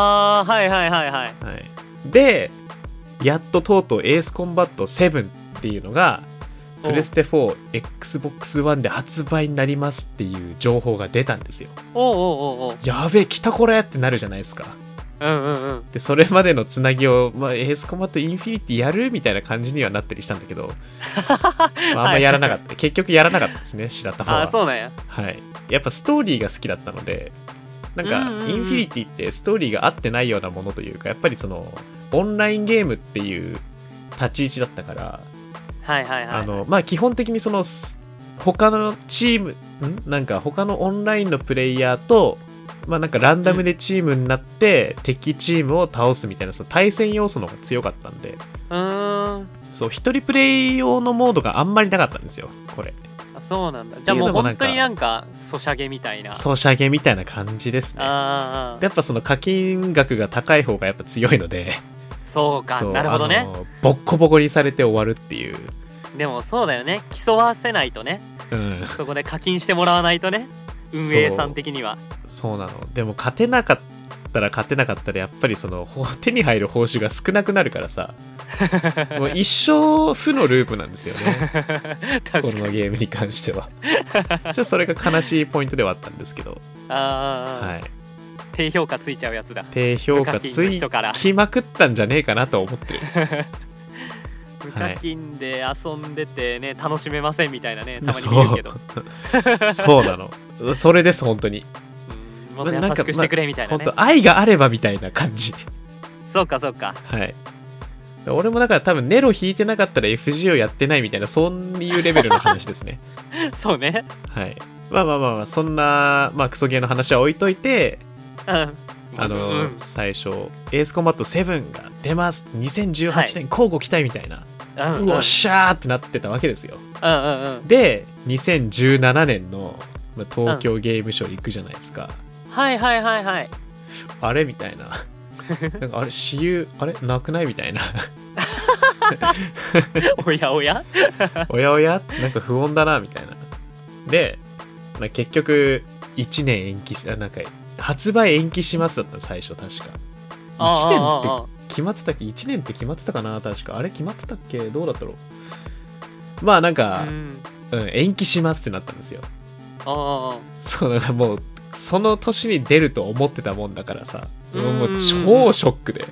Speaker 2: でやっととうとうエースコンバット7っていうのがプレステ 4、Xbox One で発売になりますっていう情報が出たんですよ。やべえ来たこれってなるじゃないですか。でそれまでのつなぎを、まあ、エースコンバットインフィニティやるみたいな感じにはなったりしたんだけどまあ、あんまやらなかった結局やらなかったですね、白田は。
Speaker 3: そうなんや。
Speaker 2: はい。やっぱストーリーが好きだったので、なんかインフィニティってストーリーが合ってないようなものというか、やっぱりそのオンラインゲームっていう立ち位置だったから、まあ基本的にその他のチームなんか他のオンラインのプレイヤーとまあなんかランダムでチームになって敵チームを倒すみたいな、その対戦要素の方が強かったんで、そう一人プレイ用のモードがあんまりなかったんですよこれ。
Speaker 3: そうなんだ。じゃあもう本当になんかソシャゲみたいな
Speaker 2: 感じですね。やっぱその課金額が高い方がやっぱ強いので、
Speaker 3: そうか、なるほどね。
Speaker 2: ボッコボコにされて終わるっていう。
Speaker 3: でもそうだよね、競わせないとね、そこで課金してもらわないとね、運営さん的には。
Speaker 2: そうなの。でも勝てなかっったら勝てなかったらやっぱりその手に入る報酬が少なくなるからさもう一生負のループなんですよねこのゲームに関してはそれが悲しいポイントではあったんですけど、はい、
Speaker 3: 低評価ついちゃうやつだ。
Speaker 2: 低評価ついきまくったんじゃねえかなと思ってる
Speaker 3: 無課金で遊んでてね、楽しめませんみたいなね、たまに見るけど
Speaker 2: そうなの、それです本当に。
Speaker 3: もっと優しくしてくれみたいなね、
Speaker 2: 本当愛があればみたいな感じ。
Speaker 3: そうかそうか、
Speaker 2: はい。俺もだから多分ネロ引いてなかったら FGO やってないみたいな、そういうレベルの話ですね
Speaker 3: そうね、
Speaker 2: はい。まあそんなクソゲーの話は置いといて、最初エースコンバット7が出ます2018年交互期待みたいな、うおっしゃーってなってたわけですよ。で2017年の東京ゲームショウ行くじゃないですか。
Speaker 3: はい
Speaker 2: あれみたいななんかあれ私有あれなくないみたいな
Speaker 3: おやおや
Speaker 2: なんか不穏だなみたいな。で結局1年延期なんか発売延期しますだった最初確か。1年って決まってたっけ？ 1 年って決まってたかな確か。あれ決まってたっけ？どうだったろう。なんか、延期しますってなったんですよ。そうだからもうその年に出ると思ってたもんだからさ、もう超ショックで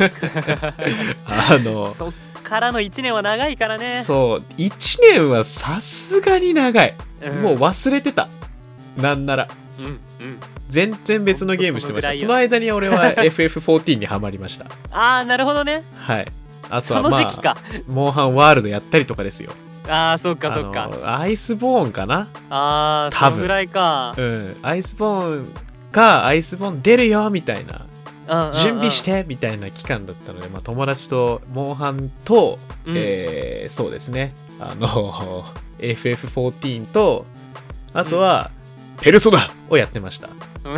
Speaker 3: そっからの1年は長いからね。
Speaker 2: そう1年はさすがに長い、もう忘れてた。なんなら全然別のゲームしてました。その間に俺は FF14 にハマりました。
Speaker 3: なるほどね。
Speaker 2: はい。あとはモンハンワールドやったりとかですよ。
Speaker 3: そっか
Speaker 2: アイスボーンかな。
Speaker 3: 多分そのぐらいか。
Speaker 2: アイスボーンかアイスボーン出るよみたいな、準備してみたいな期間だったので、友達とモンハンと、そうですねFF14 とあとは、ペルソナをやってました、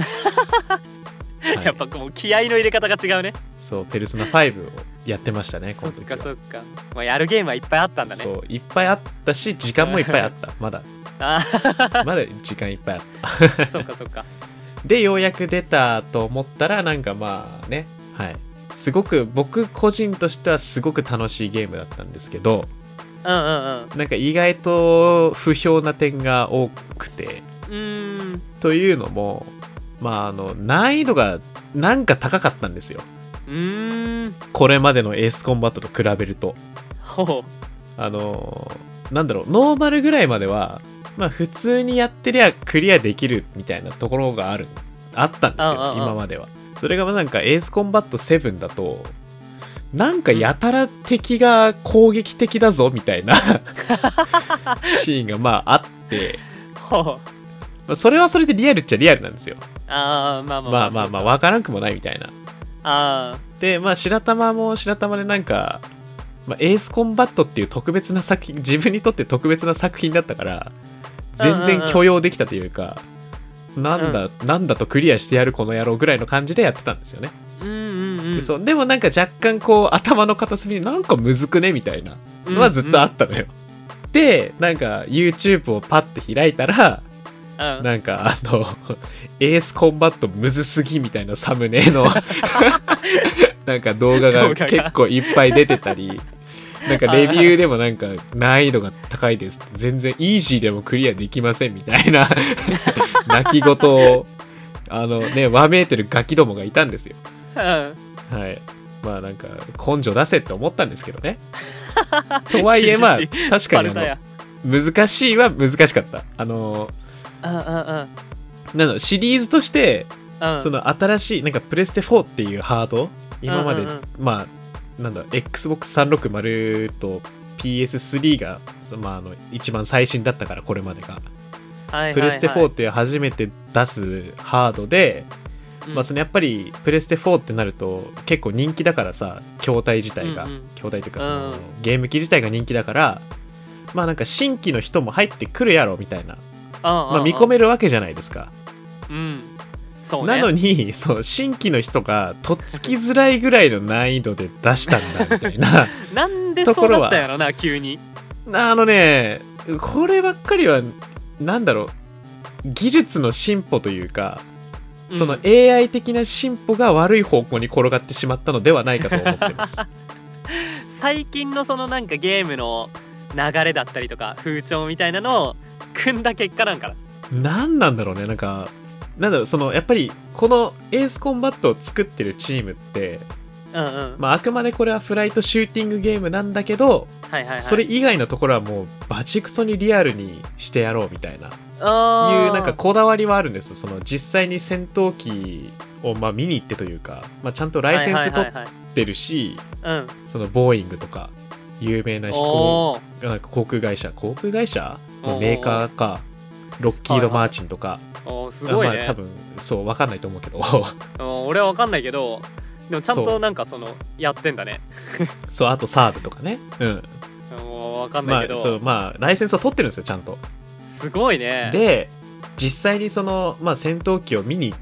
Speaker 3: やっぱもう気合の入れ方が違うね。
Speaker 2: そうペルソナ5をやってましたねこの時は。
Speaker 3: そっか、やるゲームはいっぱいあったんだね。
Speaker 2: そういっぱいあったし時間もいっぱいあったまだ時間いっぱいあった
Speaker 3: そっか
Speaker 2: でようやく出たと思ったらなんかすごく僕個人としてはすごく楽しいゲームだったんですけど、なんか意外と不評な点が多くて、というのも難易度がなんか高かったんですよ。これまでのエースコンバットと比べるとなんだろう、ノーマルぐらいまでは普通にやってりゃクリアできるみたいなところがあったんですよ今までは。それがなんかエースコンバット7だとなんかやたら敵が攻撃的だぞみたいなシーンがあってそれはそれでリアルっちゃリアルなんですよ。わからんくもないみたいな。で白玉も白玉でなんか、エースコンバットっていう特別な作品、自分にとって特別な作品だったから全然許容できたというか、なんだとクリアしてやるこの野郎ぐらいの感じでやってたんですよね。でもなんか若干こう頭の片隅になんかむずくねみたいなのはずっとあったのよ。でなんか YouTube をパッて開いたらなんかエースコンバットむずすぎみたいなサムネのなんか動画が結構いっぱい出てたり、なんかレビューでもなんか難易度が高いです全然イージーでもクリアできませんみたいな泣き言をわめいてるガキどもがいたんですよ。はい。なんか根性出せって思ったんですけどねとはいえ確かに難しいは難しかった。シリーズとして、その新しいなんかプレステ4っていうハード、今まで、Xbox360 と PS3 が、一番最新だったからこれまでが、プレステ4って初めて出すハードで、そのやっぱりプレステ4ってなると結構人気だからさ、筐体自体が、筐体というかその、ゲーム機自体が人気だから、なんか新規の人も入ってくるやろみたいな、見込めるわけじゃないですか。
Speaker 3: そうね、
Speaker 2: なのに新規の人がとっつきづらいぐらいの難易度で出したんだみたいな
Speaker 3: なんでそうだったんやろな急に。
Speaker 2: こればっかりはなんだろう、技術の進歩というかその AI 的な進歩が悪い方向に転がってしまったのではないかと思ってます
Speaker 3: 最近のそのなんかゲームの流れだったりとか風潮みたいなのを組んだ結果なんかな。
Speaker 2: 何なんだろうね。なんだろう、そのやっぱりこのエースコンバットを作ってるチームって、まあ、あくまでこれはフライトシューティングゲームなんだけど、それ以外のところはもうバチクソにリアルにしてやろうみたいないうなんかこだわりはあるんです。その実際に戦闘機をまあ見に行ってというか、まあ、ちゃんとライセンス取ってるし、そのボーイングとか有名ななんか航空会社のメーカーかロッキード・マーチンとか、
Speaker 3: すごいね。
Speaker 2: まあ多分そう分かんないと思うけど
Speaker 3: 俺は分かんないけど、でもちゃんとなんかそのやってんだね
Speaker 2: そう、あとサーブとかね、
Speaker 3: 分かんないけど、
Speaker 2: まあライセンスを取ってるんですよちゃんと。
Speaker 3: すごいね。
Speaker 2: で実際にその、まあ、戦闘機を見に行って、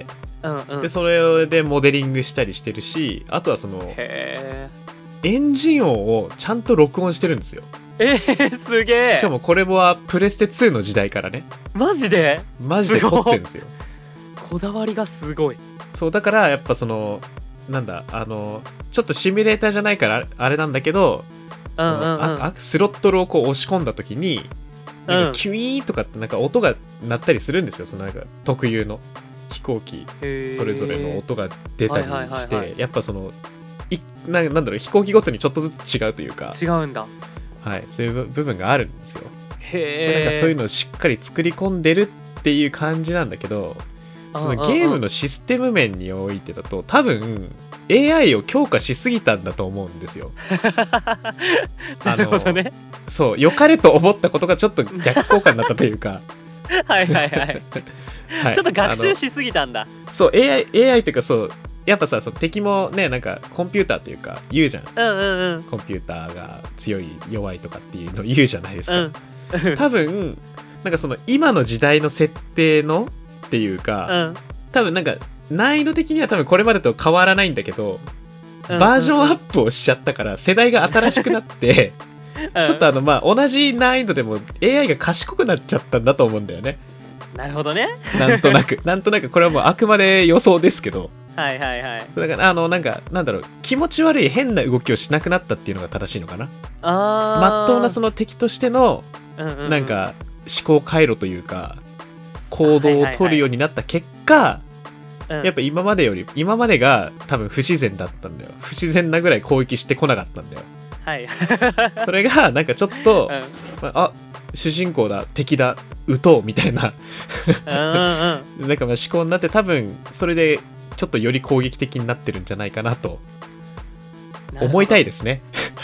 Speaker 2: でそれでモデリングしたりしてるし、あとはそのエンジン音をちゃんと録音してるんですよ。
Speaker 3: すげえ。
Speaker 2: しかもこれはプレステ2の時代からね。
Speaker 3: マジで
Speaker 2: 撮ってるんですよ。
Speaker 3: こだわりがすごい。
Speaker 2: そうだからやっぱそのなんだちょっとシミュレーターじゃないからあれなんだけど、スロットルをこう押し込んだ時になんかキュイーンとかってなんか音が鳴ったりするんですよ。そのなんか特有の飛行機それぞれの音が出たりして、やっぱそのなんだろう、飛行機ごとにちょっとずつ違うというか、
Speaker 3: 違うんだ。
Speaker 2: はい、そういう部分があるんですよ。でなんかそういうのをしっかり作り込んでるっていう感じなんだけど、そのゲームのシステム面においてだと多分 AI を強化しすぎたんだと思うんですよ。
Speaker 3: なるほどね。
Speaker 2: そう、良かれと思ったことがちょっと逆効果になったというか
Speaker 3: はいはいはい、はい、ちょっと学習しすぎたんだ。
Speaker 2: そう AI っていうか、そうやっぱさ、その敵もね、なんかコンピューターというか言うじゃん、コンピューターが強い弱いとかっていうのを言うじゃないですか、多分なんかその今の時代の設定のっていうか、多分なんか難易度的には多分これまでと変わらないんだけど、バージョンアップをしちゃったから世代が新しくなってちょっとまあ同じ難易度でも AI が賢くなっちゃったんだと思うんだよね。
Speaker 3: なるほどね。
Speaker 2: なんとなくこれはもうあくまで予想ですけど、
Speaker 3: はいはいはい。
Speaker 2: そうだからなんだろう、気持ち悪い変な動きをしなくなったっていうのが正しいのかな。まっとうなその敵としてのなんか思考回路というか行動を取るようになった結果、やっぱ今までが多分不自然だったんだよ。不自然なぐらい攻撃してこなかったんだよ。
Speaker 3: はい
Speaker 2: それがなんかちょっと、主人公だ敵だ撃とうみたいななんかまあ思考になって、多分それでちょっとより攻撃的になってるんじゃないかなと思いたいですね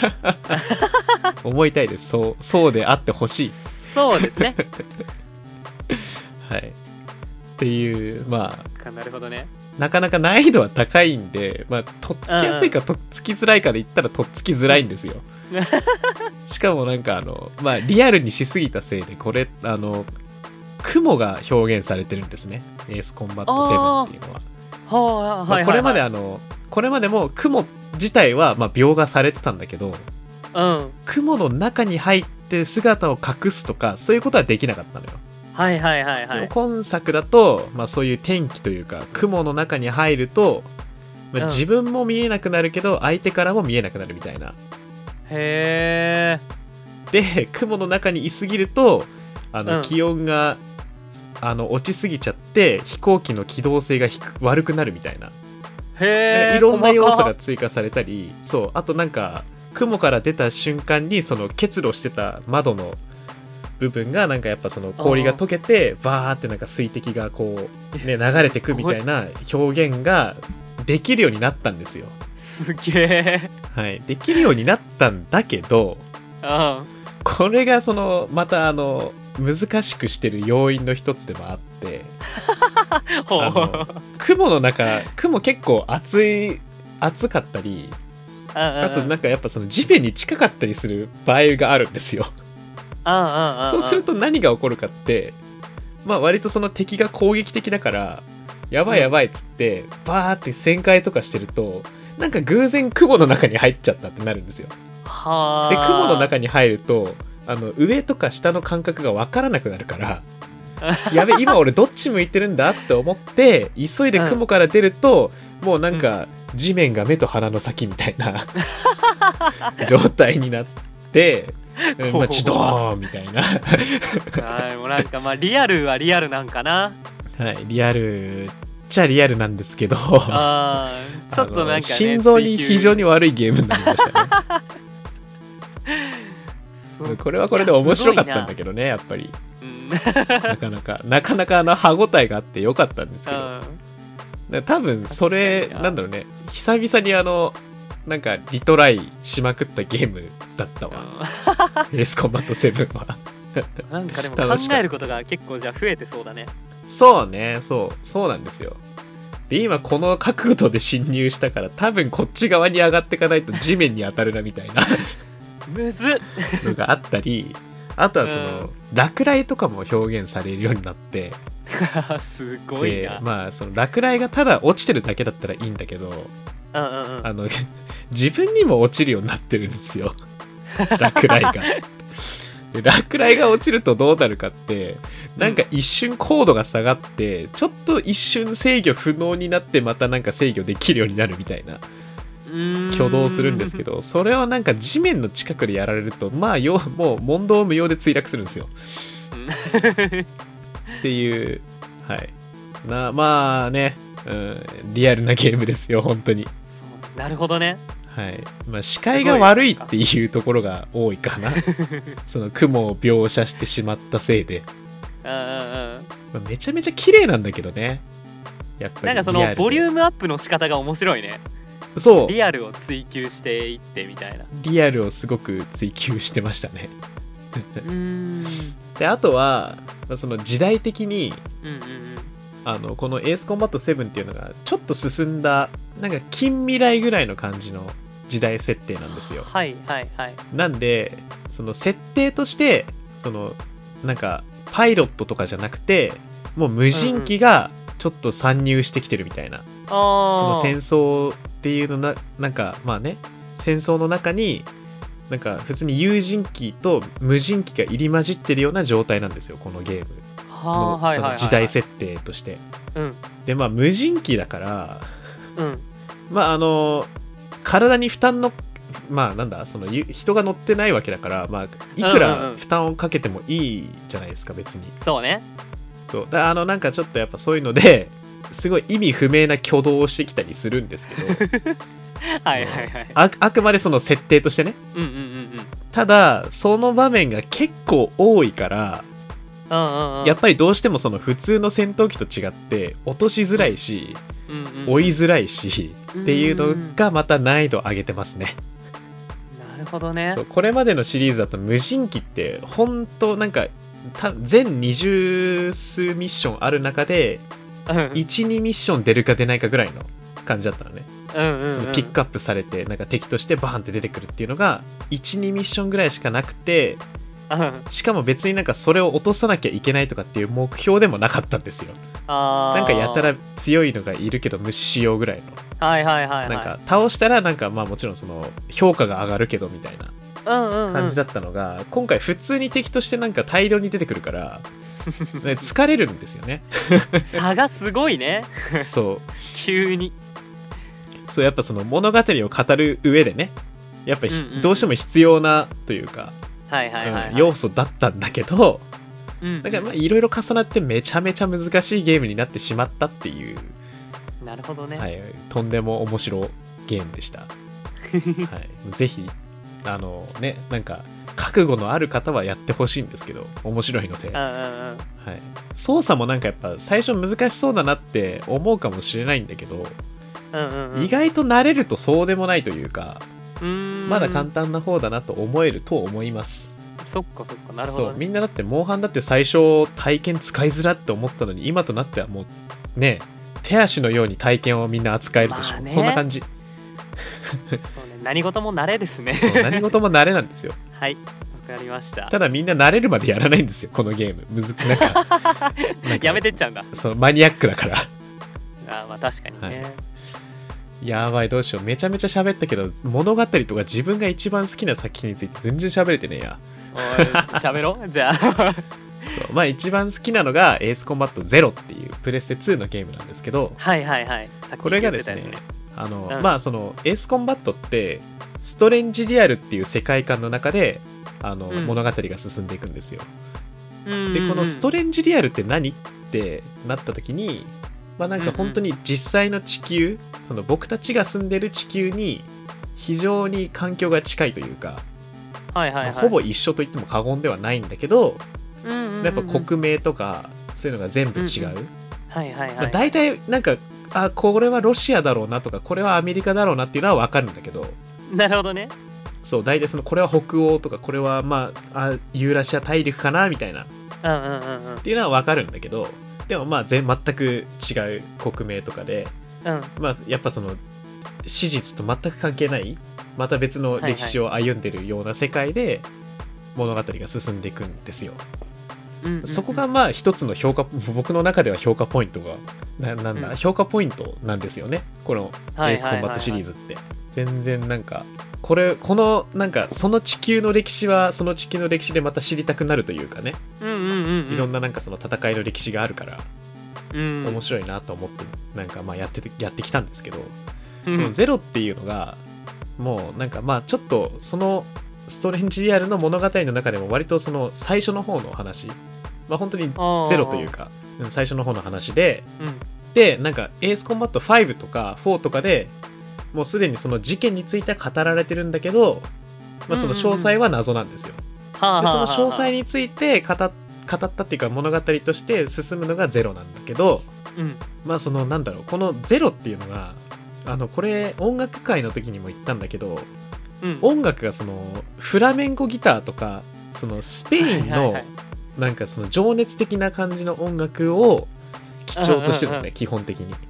Speaker 2: 思いたいです。そうであってほしい。
Speaker 3: そうですね
Speaker 2: はいっていう、まあ
Speaker 3: なるほどね。
Speaker 2: なかなか難易度は高いんで、まあ、とっつきやすいかとっつきづらいかで言ったらとっつきづらいんですよしかもなんかまあリアルにしすぎたせいで、これ雲が表現されてるんですね、エースコンバット7っていうのは。これまでも雲自体はまあ描画されてたんだけど、雲の中に入って姿を隠すとかそういうことはできなかったのよ。今作だと、まあ、そういう天気というか雲の中に入ると、まあ、自分も見えなくなるけど相手からも見えなくなるみたいな。で雲の中にいすぎると気温が落ちすぎちゃって飛行機の機動性が悪くなるみたいな、いろんな要素が追加されたり、そうあとなんか雲から出た瞬間にその結露してた窓の部分がなんかやっぱその氷が溶けてバーってなんか水滴がこうね流れてくみたいな表現ができるようになったんですよ。
Speaker 3: すげえ。
Speaker 2: はい、できるようになったんだけど、これがそのまた難しくしてる要因の一つでもあって雲結構暑かったり、あとなんかやっぱその地面に近かったりする場合があるんですよ。そうすると何が起こるかって、まあ割とその敵が攻撃的だからやばいやばいっつってバーって旋回とかしてると、なんか偶然雲の中に入っちゃったってなるんですよ。で雲の中に入ると上とか下の感覚が分からなくなるから、 やべ今俺どっち向いてるんだって思って急いで雲から出ると、もうなんか地面が目と鼻の先みたいな状態になって、まあ、チドーンみたいな
Speaker 3: はい、もうなんかまあリアルはリアルなんかな。
Speaker 2: はい、リアルっちゃリアルなんですけど、
Speaker 3: あちょっとなんか、ね、
Speaker 2: 心臓に非常に悪いゲームになりましたねこれはこれで面白かったんだけどね、やっぱり、なかなか歯応えがあってよかったんですけど、多分それなんだろうね、久々になんかリトライしまくったゲームだったわ、エースコンバット7は
Speaker 3: なんかでも考えることが結構じゃあ増えてそうだね。
Speaker 2: そうね、そうなんですよ。で今この角度で侵入したから多分こっち側に上がっていかないと地面に当たるなみたいな
Speaker 3: むずっ
Speaker 2: のがあったり、あとはその、落雷とかも表現されるようになって
Speaker 3: すごいな。
Speaker 2: まあその落雷がただ落ちてるだけだったらいいんだけど、自分にも落ちるようになってるんですよ落雷がで落雷が落ちるとどうなるかって、なんか一瞬高度が下がってちょっと一瞬制御不能になってまたなんか制御できるようになるみたいな挙動するんですけど、それをなんか地面の近くでやられるとまあもう問答無用で墜落するんですよっていう、はいまあね、リアルなゲームですよ本当に。
Speaker 3: そうなるほどね。
Speaker 2: はい、まあ視界が悪いっていうところが多いかなその雲を描写してしまったせいで、まあ、めちゃめちゃ綺麗なんだけどね、やっぱり
Speaker 3: なんかそのボリュームアップの仕方が面白いね。
Speaker 2: そう
Speaker 3: リアルを追求していってみたいな、
Speaker 2: リアルをすごく追求してましたねであとはその時代的に、このエースコンバット7っていうのがちょっと進んだなんか近未来ぐらいの感じの時代設定なんですよ。
Speaker 3: はいはいはい。
Speaker 2: なんでその設定としてそのなんかパイロットとかじゃなくてもう無人機がちょっと参入してきてるみたいな、その戦争っていうのなんかまあね、戦争の中になんか普通に有人機と無人機が入り混じってるような状態なんですよ、このゲームのその時代設定として。でまあ無人機だから、まあ体に負担のまあなんだその人が乗ってないわけだから、まあいくら負担をかけてもいいじゃないですか別に。
Speaker 3: そうね。
Speaker 2: そうだなんかちょっとやっぱそういうのですごい意味不明な挙動をしてきたりするんですけど
Speaker 3: はいはいはい。
Speaker 2: あくまでその設定としてね、ただその場面が結構多いから、やっぱりどうしてもその普通の戦闘機と違って落としづらいし、追いづらいしっていうのがまた難易度上げてますね。
Speaker 3: なるほどね。
Speaker 2: そうこれまでのシリーズだと無人機って本当なんか全20数ミッションある中で12ミッション出るか出ないかぐらいの感じだったのね。そのピックアップされてなんか敵としてバーンって出てくるっていうのが 1,2 ミッションぐらいしかなくて、しかも別になんかそれを落とさなきゃいけないとかっていう目標でもなかったんですよ。なんかやたら強いのがいるけど無視しようぐらいの、なんか倒したらなんかまあもちろんその評価が上がるけどみたいな感じだったのが、今回普通に敵としてなんか大量に出てくるから疲れるんですよね
Speaker 3: 差がすごいね
Speaker 2: そう
Speaker 3: 急に
Speaker 2: そうやっぱその物語を語る上でね、やっぱどうしても必要なというか要素だったんだけど、だからまあいろいろ重なってめちゃめちゃ難しいゲームになってしまったっていう。
Speaker 3: なるほどね。
Speaker 2: はい、とんでも面白ゲームでした。はい、ぜひね、なんか覚悟のある方はやってほしいんですけど面白いので、はい、操作もなんかやっぱ最初難しそうだなって思うかもしれないんだけど、意外と慣れるとそうでもないというか、まだ簡単な方だなと思えると思います。
Speaker 3: そっかそっか、なるほど、ね、
Speaker 2: そうみんなだってモンハンだって最初体験使いづらって思ってたのに、今となってはもうね手足のように体験をみんな扱えるでしょ、そんな感じ
Speaker 3: そうね、何事も慣れですね
Speaker 2: そう何事も慣れなんですよ
Speaker 3: はい、わかりました。
Speaker 2: ただみんな慣れるまでやらないんですよこのゲーム。なんか
Speaker 3: やめてっちゃうんだ。
Speaker 2: そうマニアックだから
Speaker 3: まあ確かにね、
Speaker 2: やばいどうしよう、めちゃめちゃ喋ったけど物語とか自分が一番好きな作品について全然喋れてねえや。
Speaker 3: おい喋ろうじゃあ
Speaker 2: そうまあ一番好きなのがエースコンバットゼロっていうプレステ2のゲームなんですけど、
Speaker 3: はいはいはい。さっき
Speaker 2: これがですね
Speaker 3: 言ってたやつうん
Speaker 2: まあそのエースコンバットってストレンジリアルっていう世界観の中で物語が進んでいくんですよ。でこのストレンジリアルって何ってなった時に、まあなんか本当に実際の地球、その僕たちが住んでる地球に非常に環境が近いというか、
Speaker 3: はいはいはい、
Speaker 2: ほぼ一緒と言っても過言ではないんだけど、やっぱ
Speaker 3: 国
Speaker 2: 国名とかそういうのが全部違う、
Speaker 3: はいはいはい、
Speaker 2: まあ、大体なんかこれはロシアだろうなとかこれはアメリカだろうなっていうのは分かるんだけど、
Speaker 3: なるほどね。
Speaker 2: そう大体そのこれは北欧とかこれはまあユーラシア大陸かなみたいなっていうのは分かるんだけど、でもまあ全く違う国名とかで、まあやっぱその史実と全く関係ないまた別の歴史を歩んでるような世界で物語が進んでいくんですよ。そこがまあ一つの僕の中では評価ポイントが評価ポイントなんですよね、このエースコンバットシリーズって。全然なんかこのなんかその地球の歴史はその地球の歴史でまた知りたくなるというかね、いろんななんかその戦いの歴史があるから面白いなと思ってなんかまあやってきたんですけど、ゼロっていうのがもうなんかまあちょっとそのストレンジリアルの物語の中でも割とその最初の方の話、まあ本当にゼロというか最初の方の話で、でなんかエースコンバット5とか4とかでもうすでにその事件については語られてるんだけど、まあ、その詳細は謎なんですよ。でその詳細について語ったっていうか物語として進むのがゼロなんだけど、まあそのなんだろう、このゼロっていうのがこれ音楽会の時にも言ったんだけど、音楽がそのフラメンコギターとかそのスペインのなんかその情熱的な感じの音楽を基調としてるのね、基本的に。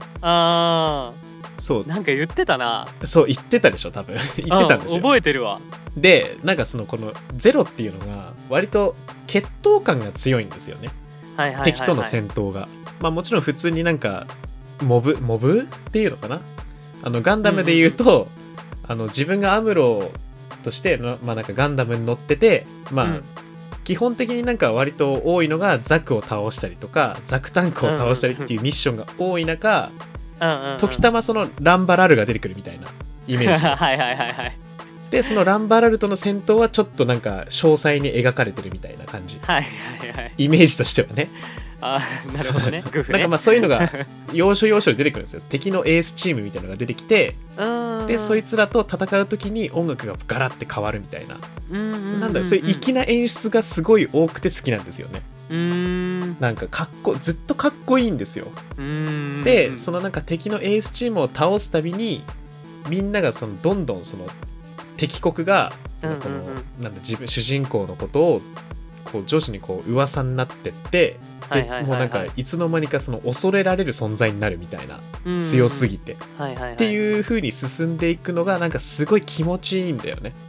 Speaker 2: そう
Speaker 3: なんか言ってたな。
Speaker 2: そう言ってたでしょ多分言ってたんですよ。
Speaker 3: 覚えてるわ。
Speaker 2: でなんかそのこのゼロっていうのが割と決闘感が強いんですよね、敵との戦闘が。まあもちろん普通になんかモブっていうのかな、ガンダムで言うと、自分がアムロとしてまあなんかガンダムに乗ってて、まあ、基本的になんか割と多いのがザクを倒したりとかザクタンクを倒したりっていうミッションが多い中、時たまそのランバラルが出てくるみたいなイメージで、そのランバラルとの戦闘はちょっとなんか詳細に描かれてるみたいな感じ、イメージとしてはね。
Speaker 3: なるほどね。グフね。
Speaker 2: なんかまあそういうのが要所要所で出てくるんですよ。敵のエースチームみたいなのが出てきて、でそいつらと戦う時に音楽がガラッて変わるみたいな、なんだろう、そういう粋な演出がすごい多くて好きなんですよね。なんかずっとかっこいいんですよ。でそのなんか敵のエースチームを倒すたびにみんながそのどんどんその敵国がそのなんだ主人公のことをこう徐々にこう噂になってって、でもうなんかいつの間にかその恐れられる存在になるみたいな、強すぎてっていう風に進んでいくのがなんかすごい気持ちいいんだよね。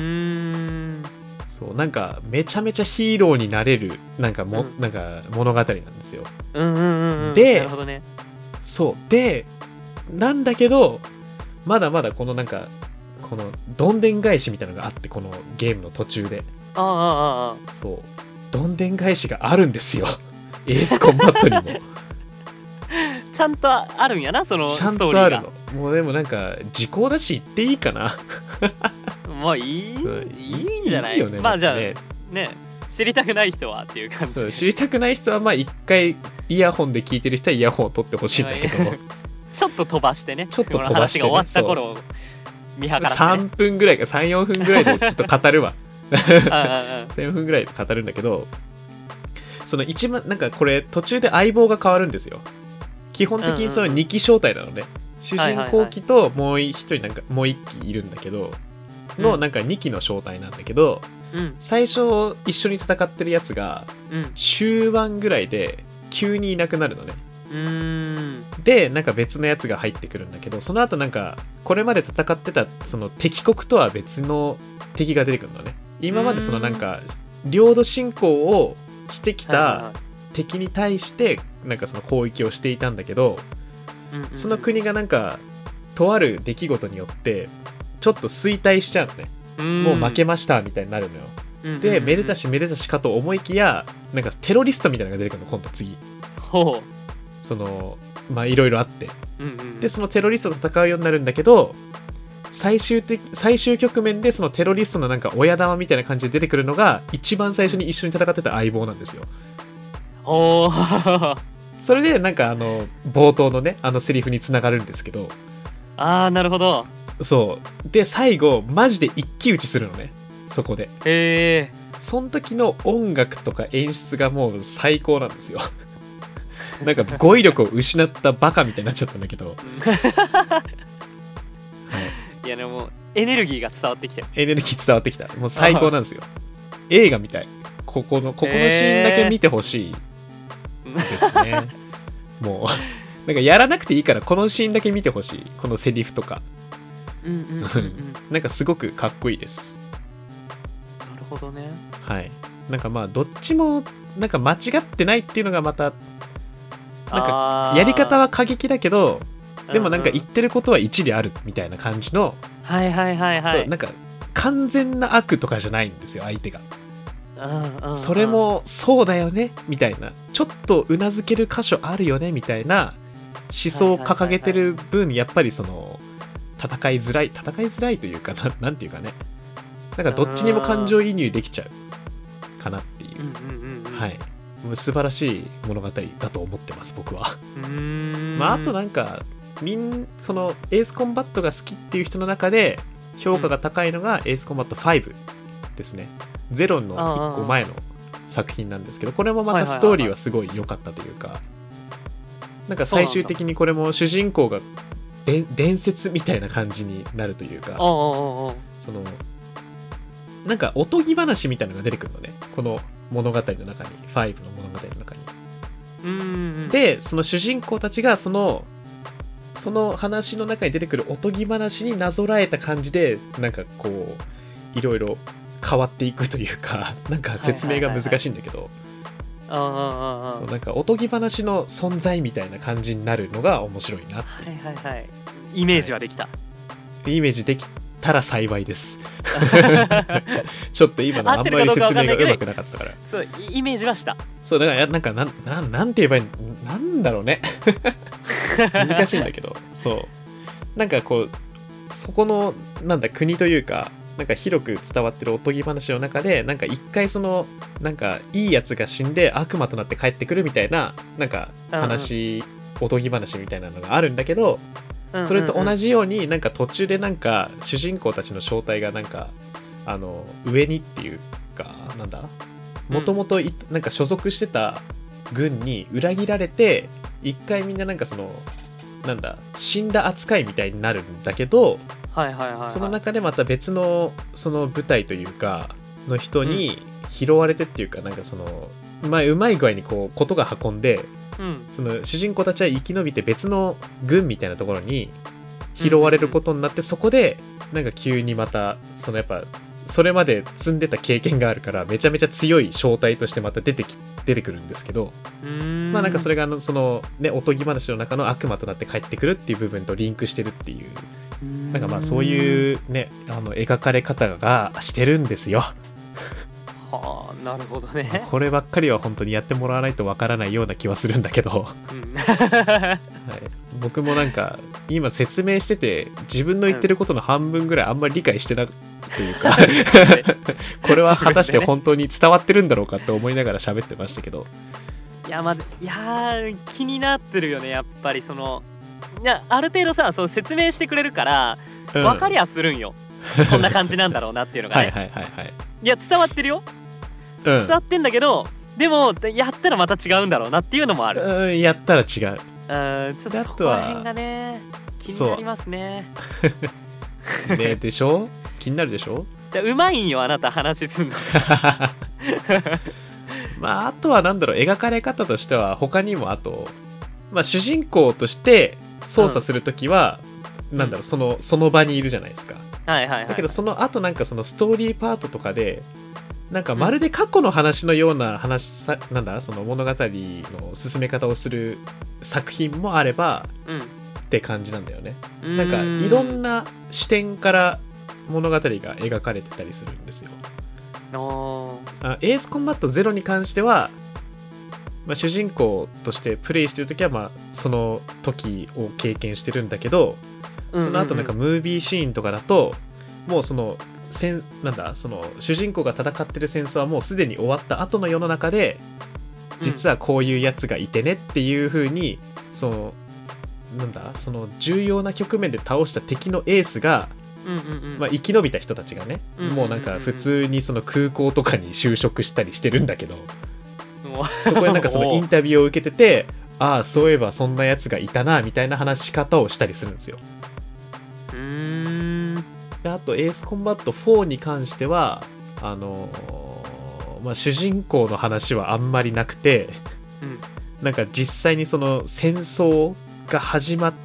Speaker 2: そうなんかめちゃめちゃヒーローになれるなんかなんか物語なんですよ。で、なるほどね。そうでなんだけどまだまだこのなんかこのどんでん返しみたいなのがあって、このゲームの途中でそうどんでん返しがあるんですよエースコンバットにも
Speaker 3: ちゃんとあるんやな、そのストーリーが。ちゃんとある
Speaker 2: の。もうでもなんか時効だし言っていいかな
Speaker 3: もういいんじゃない？いいよね。まあじゃあね知りたくない人はっていう感じで。
Speaker 2: 知りたくない人はまあ一回イヤホンで聞いてる人はイヤホンを取ってほしいんだけど
Speaker 3: ちょっと飛ばしてね、
Speaker 2: ちょっと飛ばして、
Speaker 3: ね、話が終わった頃を見計らって、ね、
Speaker 2: 3分ぐらいか 3,4 分ぐらいでちょっと語るわ3,4 分ぐらいで語るんだけど、その一番なんかこれ途中で相棒が変わるんですよ。基本的にその2機招待なのね、主人公機ともう一人なんかもう1機いるんだけどのなんか2機の招待なんだけど、最初一緒に戦ってるやつが中盤ぐらいで急にいなくなるのね。でなんか別のやつが入ってくるんだけど、その後なんかこれまで戦ってたその敵国とは別の敵が出てくるのね。今までそのなんか領土侵攻をしてきた敵に対してなんかその攻撃をしていたんだけど、その国がなんかとある出来事によってちょっと衰退しちゃうのね。もう負けましたみたいになるのよ。 でめでたしめでたしかと思いきやなんかテロリストみたいなのが出てくるの今度次。
Speaker 3: ほ
Speaker 2: そのまあいろいろあって、
Speaker 3: う。
Speaker 2: でそのテロリストと戦うようになるんだけど、最終局面でそのテロリストのなんか親玉みたいな感じで出てくるのが一番最初に一緒に戦ってた相棒なんですよ。
Speaker 3: おー
Speaker 2: それでなんか冒頭のねセリフにつながるんですけど、
Speaker 3: あーなるほど。
Speaker 2: そうで最後マジで一騎打ちするのねそこで。
Speaker 3: へえ。
Speaker 2: その時の音楽とか演出がもう最高なんですよなんか語彙力を失ったバカみたいになっちゃったんだけど
Speaker 3: いやでもエネルギーが伝わってきて、
Speaker 2: エネルギー伝わってきた。もう最高なんですよ。映画みたい。ここのシーンだけ見てほしいですねもうなんかやらなくていいからこのシーンだけ見てほしい。このセリフとかなんかすごくかっこいいです。
Speaker 3: なるほどね。
Speaker 2: はい。なんかまあどっちもなんか間違ってないっていうのがまたなんかやり方は過激だけど、でもなんか言ってることは一理あるみたいな感じの、
Speaker 3: はいはいはいはい。
Speaker 2: そうなんか完全な悪とかじゃないんですよ相手が。それもそうだよねみたいな、ちょっとうなずける箇所あるよねみたいな思想を掲げてる分、やっぱりその戦いづらいというかなんていうかね、なんかどっちにも感情移入できちゃうかなっていう、はい、もう素晴らしい物語だと思ってます僕は。まああとなんかこのエースコンバットが好きっていう人の中で評価が高いのがエースコンバット5ですね。ゼロの1個前の作品なんですけど、これもまたストーリーはすごい良かったというか、なんか最終的にこれも主人公が伝説みたいな感じになるというか、そのなんかおとぎ話みたいなのが出てくるのね、この物語の中に、5の物語の中に。でその主人公たちがその話の中に出てくるおとぎ話になぞらえた感じでなんかこういろいろ変わっていくというか、なんか説明が難しいんだけど、そうなんかおとぎ話の存在みたいな感じになるのが面白いなって、
Speaker 3: イメージはできた、
Speaker 2: イメージできたら幸いですちょっと今のあんまり説明がうまくなかったから、
Speaker 3: そうイメージはした。
Speaker 2: そうだからなんかなんて言えばいい、なんだろうね難しいんだけど、そうなんかこうそこのなんだ国というか、なんか広く伝わってるおとぎ話の中で、なんか一回そのなんかいいやつが死んで悪魔となって帰ってくるみたいななんか話、おとぎ話みたいなのがあるんだけど、それと同じようになんか途中でなんか主人公たちの正体がなんか上にっていうか、なんだもともとなんか所属してた軍に裏切られて一回みんななんかそのなんだ死んだ扱いみたいになるんだけど、その中でまた別のその部隊というかの人に拾われてっていうか、なんかそのうまい具合にこうことが運んで、その主人公たちは生き延びて別の軍みたいなところに拾われることになって、そこでなんか急にまたそのやっぱそれまで積んでた経験があるからめちゃめちゃ強い正体としてまた出てくるんですけど、まあなんかそれがそのねおとぎ話の中の悪魔となって帰ってくるっていう部分とリンクしてるっていう、なんかまあそういうね描かれ方がしてるんですよ。
Speaker 3: はあ、なるほどね。
Speaker 2: こればっかりは本当にやってもらわないとわからないような気はするんだけど、はい、僕もなんか今説明してて自分の言ってることの半分ぐらいあんまり理解してなくというかこれは果たして本当に伝わってるんだろうかって思いながら喋ってましたけど、
Speaker 3: いや気になってるよねやっぱり。そのある程度さ、その説明してくれるから分かりやするんよ、こんな感じなんだろうなっていうのがね。いや伝わってるよ、伝わってんだけど、でもやったらまた違うんだろうなっていうのもある。
Speaker 2: やったら違う。
Speaker 3: ちょっとそこら辺がね気になりますね。
Speaker 2: ねでしょ、気になるでしょ。
Speaker 3: うまいんよあなた話すんの
Speaker 2: まああとはなんだろう、描かれ方としては他にもあと、まあ主人公として操作するときは、なんだろうその場にいるじゃないですか。だけどその後なんかそのストーリーパートとかでなんかまるで過去の話のようななんだその物語の進め方をする作品もあれば、って感じなんだよね。なんかいろんな視点から物語が描かれてたりするんですよ。 エースコンバットゼロに関しては、主人公としてプレイしてるときは、その時を経験してるんだけど、その後なんかムービーシーンとかだと、もうそのその主人公が戦ってる戦争はもうすでに終わった後の世の中で、実はこういうやつがいてねっていう風に、その重要な局面で倒した敵のエースが、生き延びた人たちがね、もうなんか普通にその空港とかに就職したりしてるんだけど、そこでなんかそのインタビューを受けてて、ああそういえばそんなやつがいたなみたいな話し方をしたりするんですよ。であとエースコンバット4に関しては主人公の話はあんまりなくて、なんか実際にその戦争が始まって、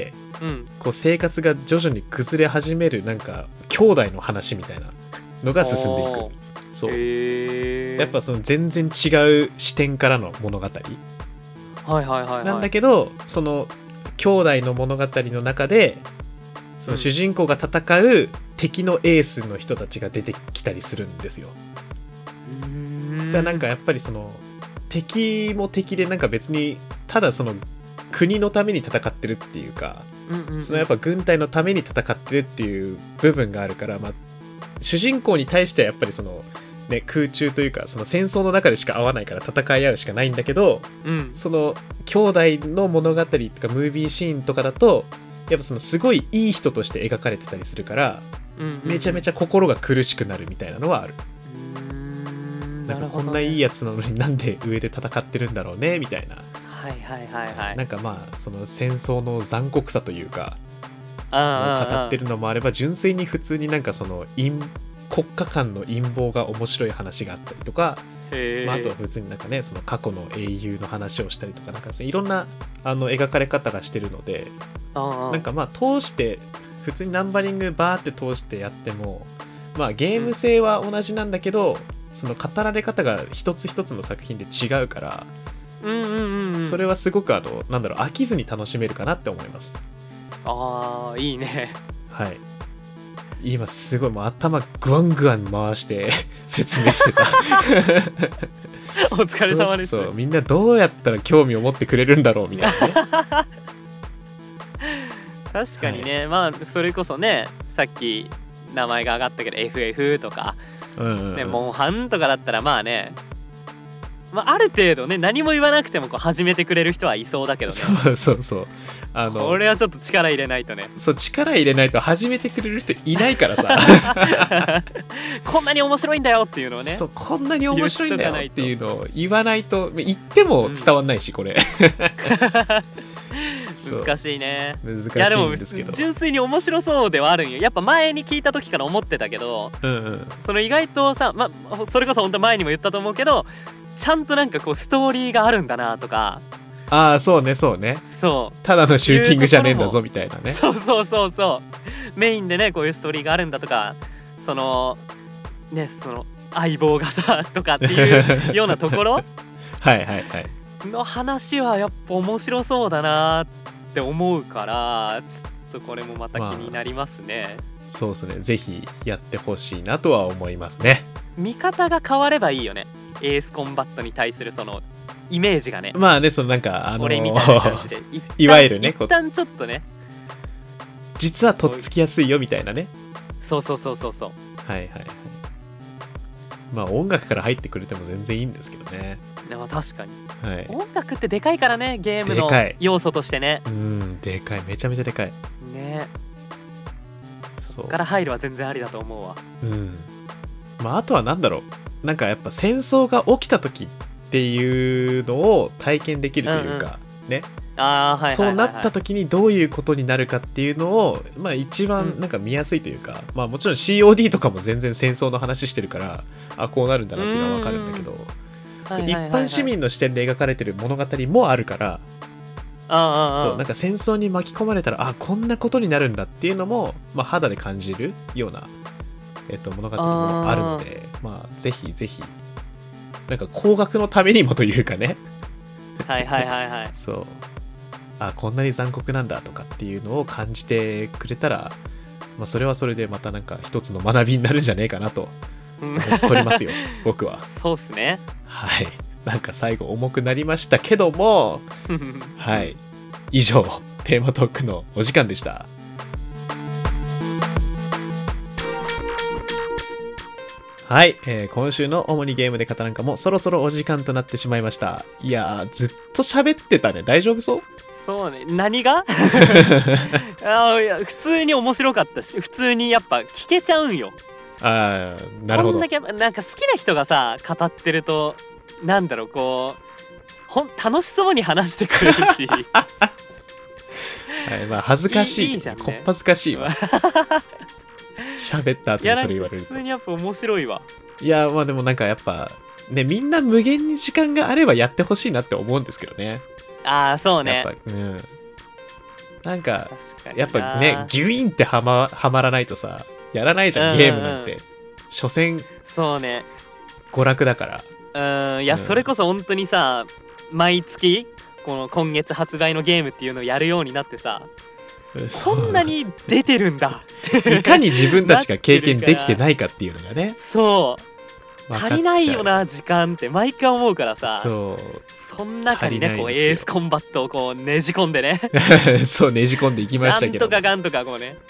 Speaker 2: こう生活が徐々に崩れ始めるなんか兄弟の話みたいなのが進んでいく。そうやっぱその全然違う視点からの物語なんだけど、その兄弟の物語の中でその主人公が戦う敵のエースの人たちが出てきたりするんですよ。だからなんかやっぱりその敵も敵で、なんか別にただその国のために戦ってるっていうか、そのやっぱ軍隊のために戦ってるっていう部分があるから、主人公に対してはやっぱりその、ね、空中というかその戦争の中でしか会わないから戦い合うしかないんだけど、その兄弟の物語とかムービーシーンとかだとやっぱそのすごいいい人として描かれてたりするから、めちゃめちゃ心が苦しくなるみたいなのはある。なんかこんないいやつなのになんで上で戦ってるんだろうねみたいな。なんかその戦争の残酷さというか語ってるのもあれば、純粋に普通になんかその国家間の陰謀が面白い話があったりとか、あとは普通になんかね、その過去の英雄の話をしたりとか、なんかいろんな描かれ方がしてるので、なんか通して普通にナンバリングバーって通してやっても、ゲーム性は同じなんだけど、その語られ方が一つ一つの作品で違うから、それはすごく飽きずに楽しめるかなって思います。
Speaker 3: いいね。
Speaker 2: はい。今すごいもう頭グワングワン回して説明してた
Speaker 3: お疲れ様です。
Speaker 2: そうみんなどうやったら興味を持ってくれるんだろうみたいなね
Speaker 3: 確かにね、それこそね、さっき名前が上がったけど FF とか、モンハンとかだったらある程度ね、何も言わなくてもこう始めてくれる人はいそうだけどね。
Speaker 2: そう
Speaker 3: これはちょっと力入れないとね。
Speaker 2: 力入れないと始めてくれる人いないからさ
Speaker 3: こんなに面白いんだよっていうのをね、
Speaker 2: こんなに面白いんだよっていうのを言わないと、言っても伝わんないし、これ
Speaker 3: 難しいね。
Speaker 2: 難しいんですけど、いやでも
Speaker 3: 純粋に面白そうではあるんよ。やっぱ前に聞いた時から思ってたけど、その意外とさ、それこそ本当前にも言ったと思うけど、ちゃんとなんかこうストーリーがあるんだなとか、
Speaker 2: そうねただのシューティングじゃねえんだぞみたいなね。
Speaker 3: そうメインでねこういうストーリーがあるんだとか、その相棒がさとかっていうようなところの話はやっぱ面白そうだなって思うから、ちょっとこれもまた気になりますね。
Speaker 2: そうですね、ぜひやってほしいなとは思いますね。
Speaker 3: 見方が変わればいいよね、エースコンバットに対するそのイメージがね。
Speaker 2: そのなんか
Speaker 3: 俺みたいな感じで
Speaker 2: いわゆるね、
Speaker 3: 一旦ちょっとね、
Speaker 2: 実はとっつきやすいよみたいなね。
Speaker 3: そう
Speaker 2: 音楽から入ってくれても全然いいんですけどね。
Speaker 3: でも確かに、音楽ってでかいからね、ゲームの要素としてね。
Speaker 2: でかい、めちゃめちゃでかい
Speaker 3: ね。そっから入るは全然ありだと思うわ。
Speaker 2: あとはなんだろう、なんかやっぱ戦争が起きた時っていうのを体験できるというか、ね、そうなった時にどういうことになるかっていうのを、一番なんか見やすいというか、もちろん COD とかも全然戦争の話してるから、こうなるんだなっていうのは分かるんだけど、一般市民の視点で描かれてる物語もあるから、なんか戦争に巻き込まれたらこんなことになるんだっていうのも、肌で感じるような、物語もあるので、ぜひぜひなんか工学のためにもというかねそうこんなに残酷なんだとかっていうのを感じてくれたら、それはそれでまたなんか一つの学びになるんじゃねえかなと取りますよ僕は。
Speaker 3: そうっすね。
Speaker 2: はい、なんか最後重くなりましたけどもはい、以上テーマトークのお時間でした。はい、今週の主にゲームで語らんかもそろそろお時間となってしまいました。いやー、ずっと喋ってたね。大丈夫そう？
Speaker 3: そうね、何がいや普通に面白かったし、普通にやっぱ聞けちゃうんよ。
Speaker 2: ああ、なるほど。
Speaker 3: こんだけなんか好きな人がさ語ってると、なんだろう、こう楽しそうに話してくれるし
Speaker 2: はい、まあ恥ずかしい、
Speaker 3: いいじゃんね、
Speaker 2: こっぱずかしいわ喋った後にそれ言われると。
Speaker 3: 普通にやっぱ面白いわ。
Speaker 2: いや、まあでもなんかやっぱね、みんな無限に時間があればやってほしいなって思うんですけどね。
Speaker 3: ああ、そうね。
Speaker 2: やっぱ、なんか
Speaker 3: 確
Speaker 2: やっぱね、ギュインってはまらないとさやらないじゃん、ゲームなんて。所詮
Speaker 3: そうね、
Speaker 2: 娯楽だから。
Speaker 3: いや、それこそ本当にさ、毎月この今月発売のゲームっていうのをやるようになってさ、こんなに出てるんだ
Speaker 2: いかに自分たちが経験できてないかっていうのがね
Speaker 3: そう足りないよな時間って毎回思うからさ、
Speaker 2: そ
Speaker 3: ん中にねこうエースコンバットをこうねじ込んでね
Speaker 2: そうねじ込んでいきましたけど、
Speaker 3: なんとかがんとかこうね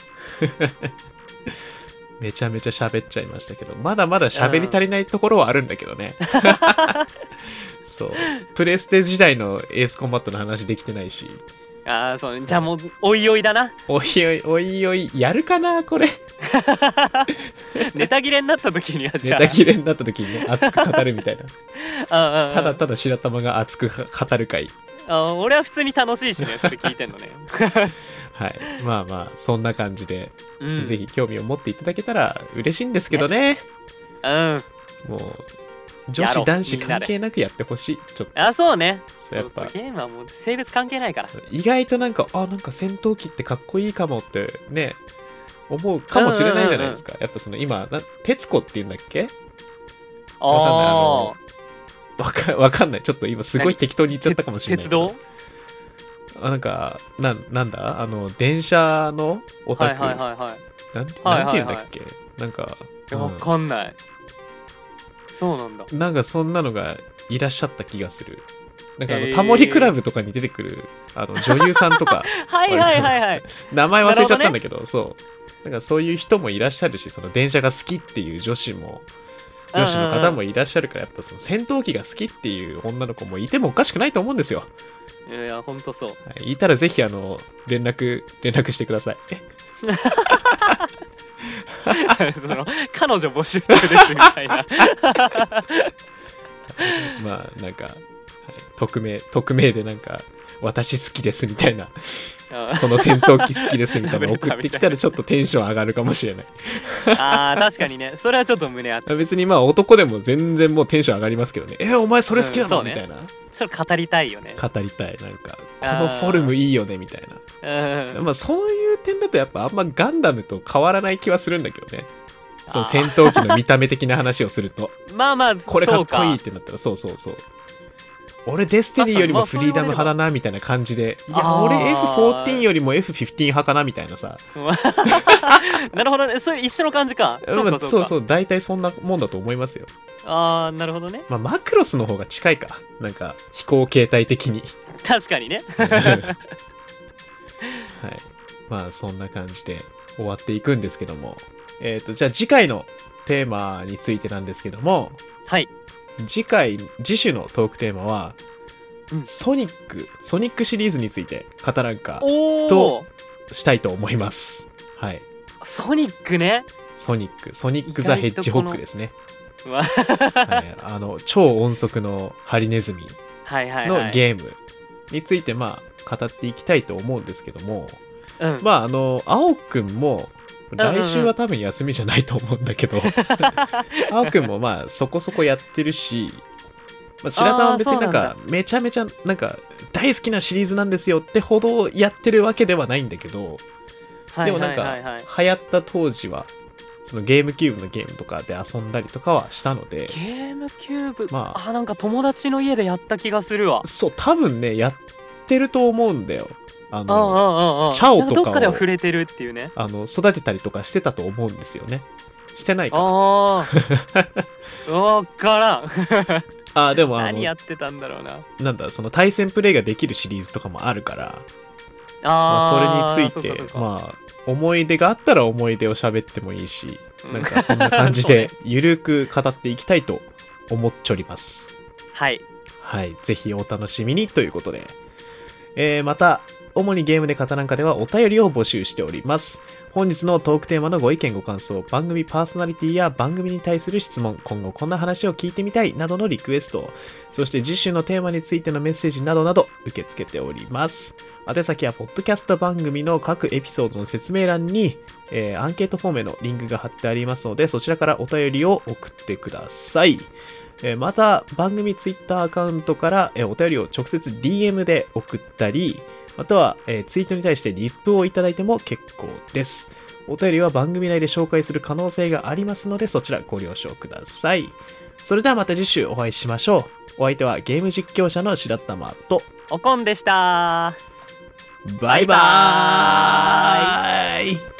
Speaker 2: めちゃめちゃ喋っちゃいましたけど、まだまだ喋り足りないところはあるんだけどねそうプレステ時代のエースコンバットの話できてないし。
Speaker 3: ああ、そう、じゃあもうおいおいだな。
Speaker 2: おいおいおいおいやるかなこれ
Speaker 3: ネタ切れになった時にはじゃあ
Speaker 2: ネタ切れになった時にね熱く語るみたいなただただ白玉が熱く語る回。
Speaker 3: 俺は普通に楽しいしね、それ聞いてんのね
Speaker 2: はい、まあまあそんな感じで、ぜひ興味を持っていただけたら嬉しいんですけどね。もう女子男子関係なくやってほしい。ちょっと
Speaker 3: そうね、
Speaker 2: やっぱ
Speaker 3: ゲームはもう性別関係ないから。
Speaker 2: 意外となんかなんか戦闘機ってかっこいいかもってね思うかもしれないじゃないですか。やっぱその今徹子っていうんだっけ、わかんないちょっと今すごい適当に言っちゃったかもしれない。
Speaker 3: 鉄道
Speaker 2: なんかなんだ電車のオタク、なんていうんだっけ、なんか
Speaker 3: わかんない。そうなんだ。
Speaker 2: なんかそんなのがいらっしゃった気がする。なんかタモリクラブとかに出てくる女優さんとか
Speaker 3: はい
Speaker 2: 名前忘れちゃったんだけど、そうなんかそういう人もいらっしゃるし、その電車が好きっていう女子の方もいらっしゃるから、やっぱその戦闘機が好きっていう女の子もいてもおかしくないと思うんですよ。
Speaker 3: いやほんとそう、
Speaker 2: はい、いたらぜひ連絡してください
Speaker 3: その彼女募集中ですみたいな
Speaker 2: まあなんか、はい、匿名でなんか私好きですみたいなこの戦闘機好きですみたいな送ってきたらちょっとテンション上がるかもしれない
Speaker 3: 確かにね、それはちょっと胸熱。
Speaker 2: 別にまあ男でも全然もうテンション上がりますけどね。お前それ好きなの、みたいな。
Speaker 3: それ語りたいよね。
Speaker 2: 語りたい。なんかこのフォルムいいよねみたいな。まあそういう点だとやっぱあんまガンダムと変わらない気はするんだけどね。その戦闘機の見た目的な話をすると
Speaker 3: まあ
Speaker 2: これかっこいいってなったらそう俺デスティニーよりもフリーダム派だなみたいな感じで、いや俺 F14 よりも F15 派かなみたいなさ
Speaker 3: なるほどね、それ一緒の感じか。
Speaker 2: そう大体そんなもんだと思いますよ。
Speaker 3: なるほどね。
Speaker 2: まあマクロスの方が近いか、なんか飛行形態的に
Speaker 3: 確かにね
Speaker 2: はい、まあそんな感じで終わっていくんですけども、じゃあ次回のテーマについてなんですけども、
Speaker 3: はい、
Speaker 2: 次週のトークテーマは、ソニックシリーズについて語らんかとしたいと思います。はい。
Speaker 3: ソニックね。
Speaker 2: ソニックザヘッジホックですね。はい、超音速のハリネズミのゲームについてまあ語っていきたいと思うんですけども、まあ青くんも来週は多分休みじゃないと思うんだけど、青くんもまあそこそこやってるし、まあ、白玉は別になんかめちゃめちゃなんか大好きなシリーズなんですよってほどやってるわけではないんだけど、でもなんか流行った当時はそのゲームキューブのゲームとかで遊んだりとかはしたので。
Speaker 3: ゲームキューブ、なんか友達の家でやった気がするわ。
Speaker 2: そう多分ねやってると思うんだよ。チャオとかを
Speaker 3: どっかでは触れてるっていうね。
Speaker 2: 育てたりとかしてたと思うんですよね。 してないか。
Speaker 3: ああわからん
Speaker 2: あでも
Speaker 3: 何やってたんだろうな。
Speaker 2: なんだその対戦プレイができるシリーズとかもあるから、それについてまあ思い出があったら思い出を喋ってもいいし、なんかそんな感じでゆるく語っていきたいと思っちょります。
Speaker 3: はい
Speaker 2: はい、ぜひお楽しみにということで、また主にゲームで語らんかではお便りを募集しております。本日のトークテーマのご意見ご感想、番組パーソナリティや番組に対する質問、今後こんな話を聞いてみたいなどのリクエスト、そして次週のテーマについてのメッセージなどなど受け付けております。宛先はポッドキャスト番組の各エピソードの説明欄に、アンケートフォームへのリンクが貼ってありますので、そちらからお便りを送ってください。また番組ツイッターアカウントから、お便りを直接 DM で送ったり、または、ツイートに対してリップをいただいても結構です。お便りは番組内で紹介する可能性がありますので、そちらご了承ください。それではまた次週お会いしましょう。お相手はゲーム実況者の白玉と
Speaker 3: おこんでした。
Speaker 2: バイバーイ。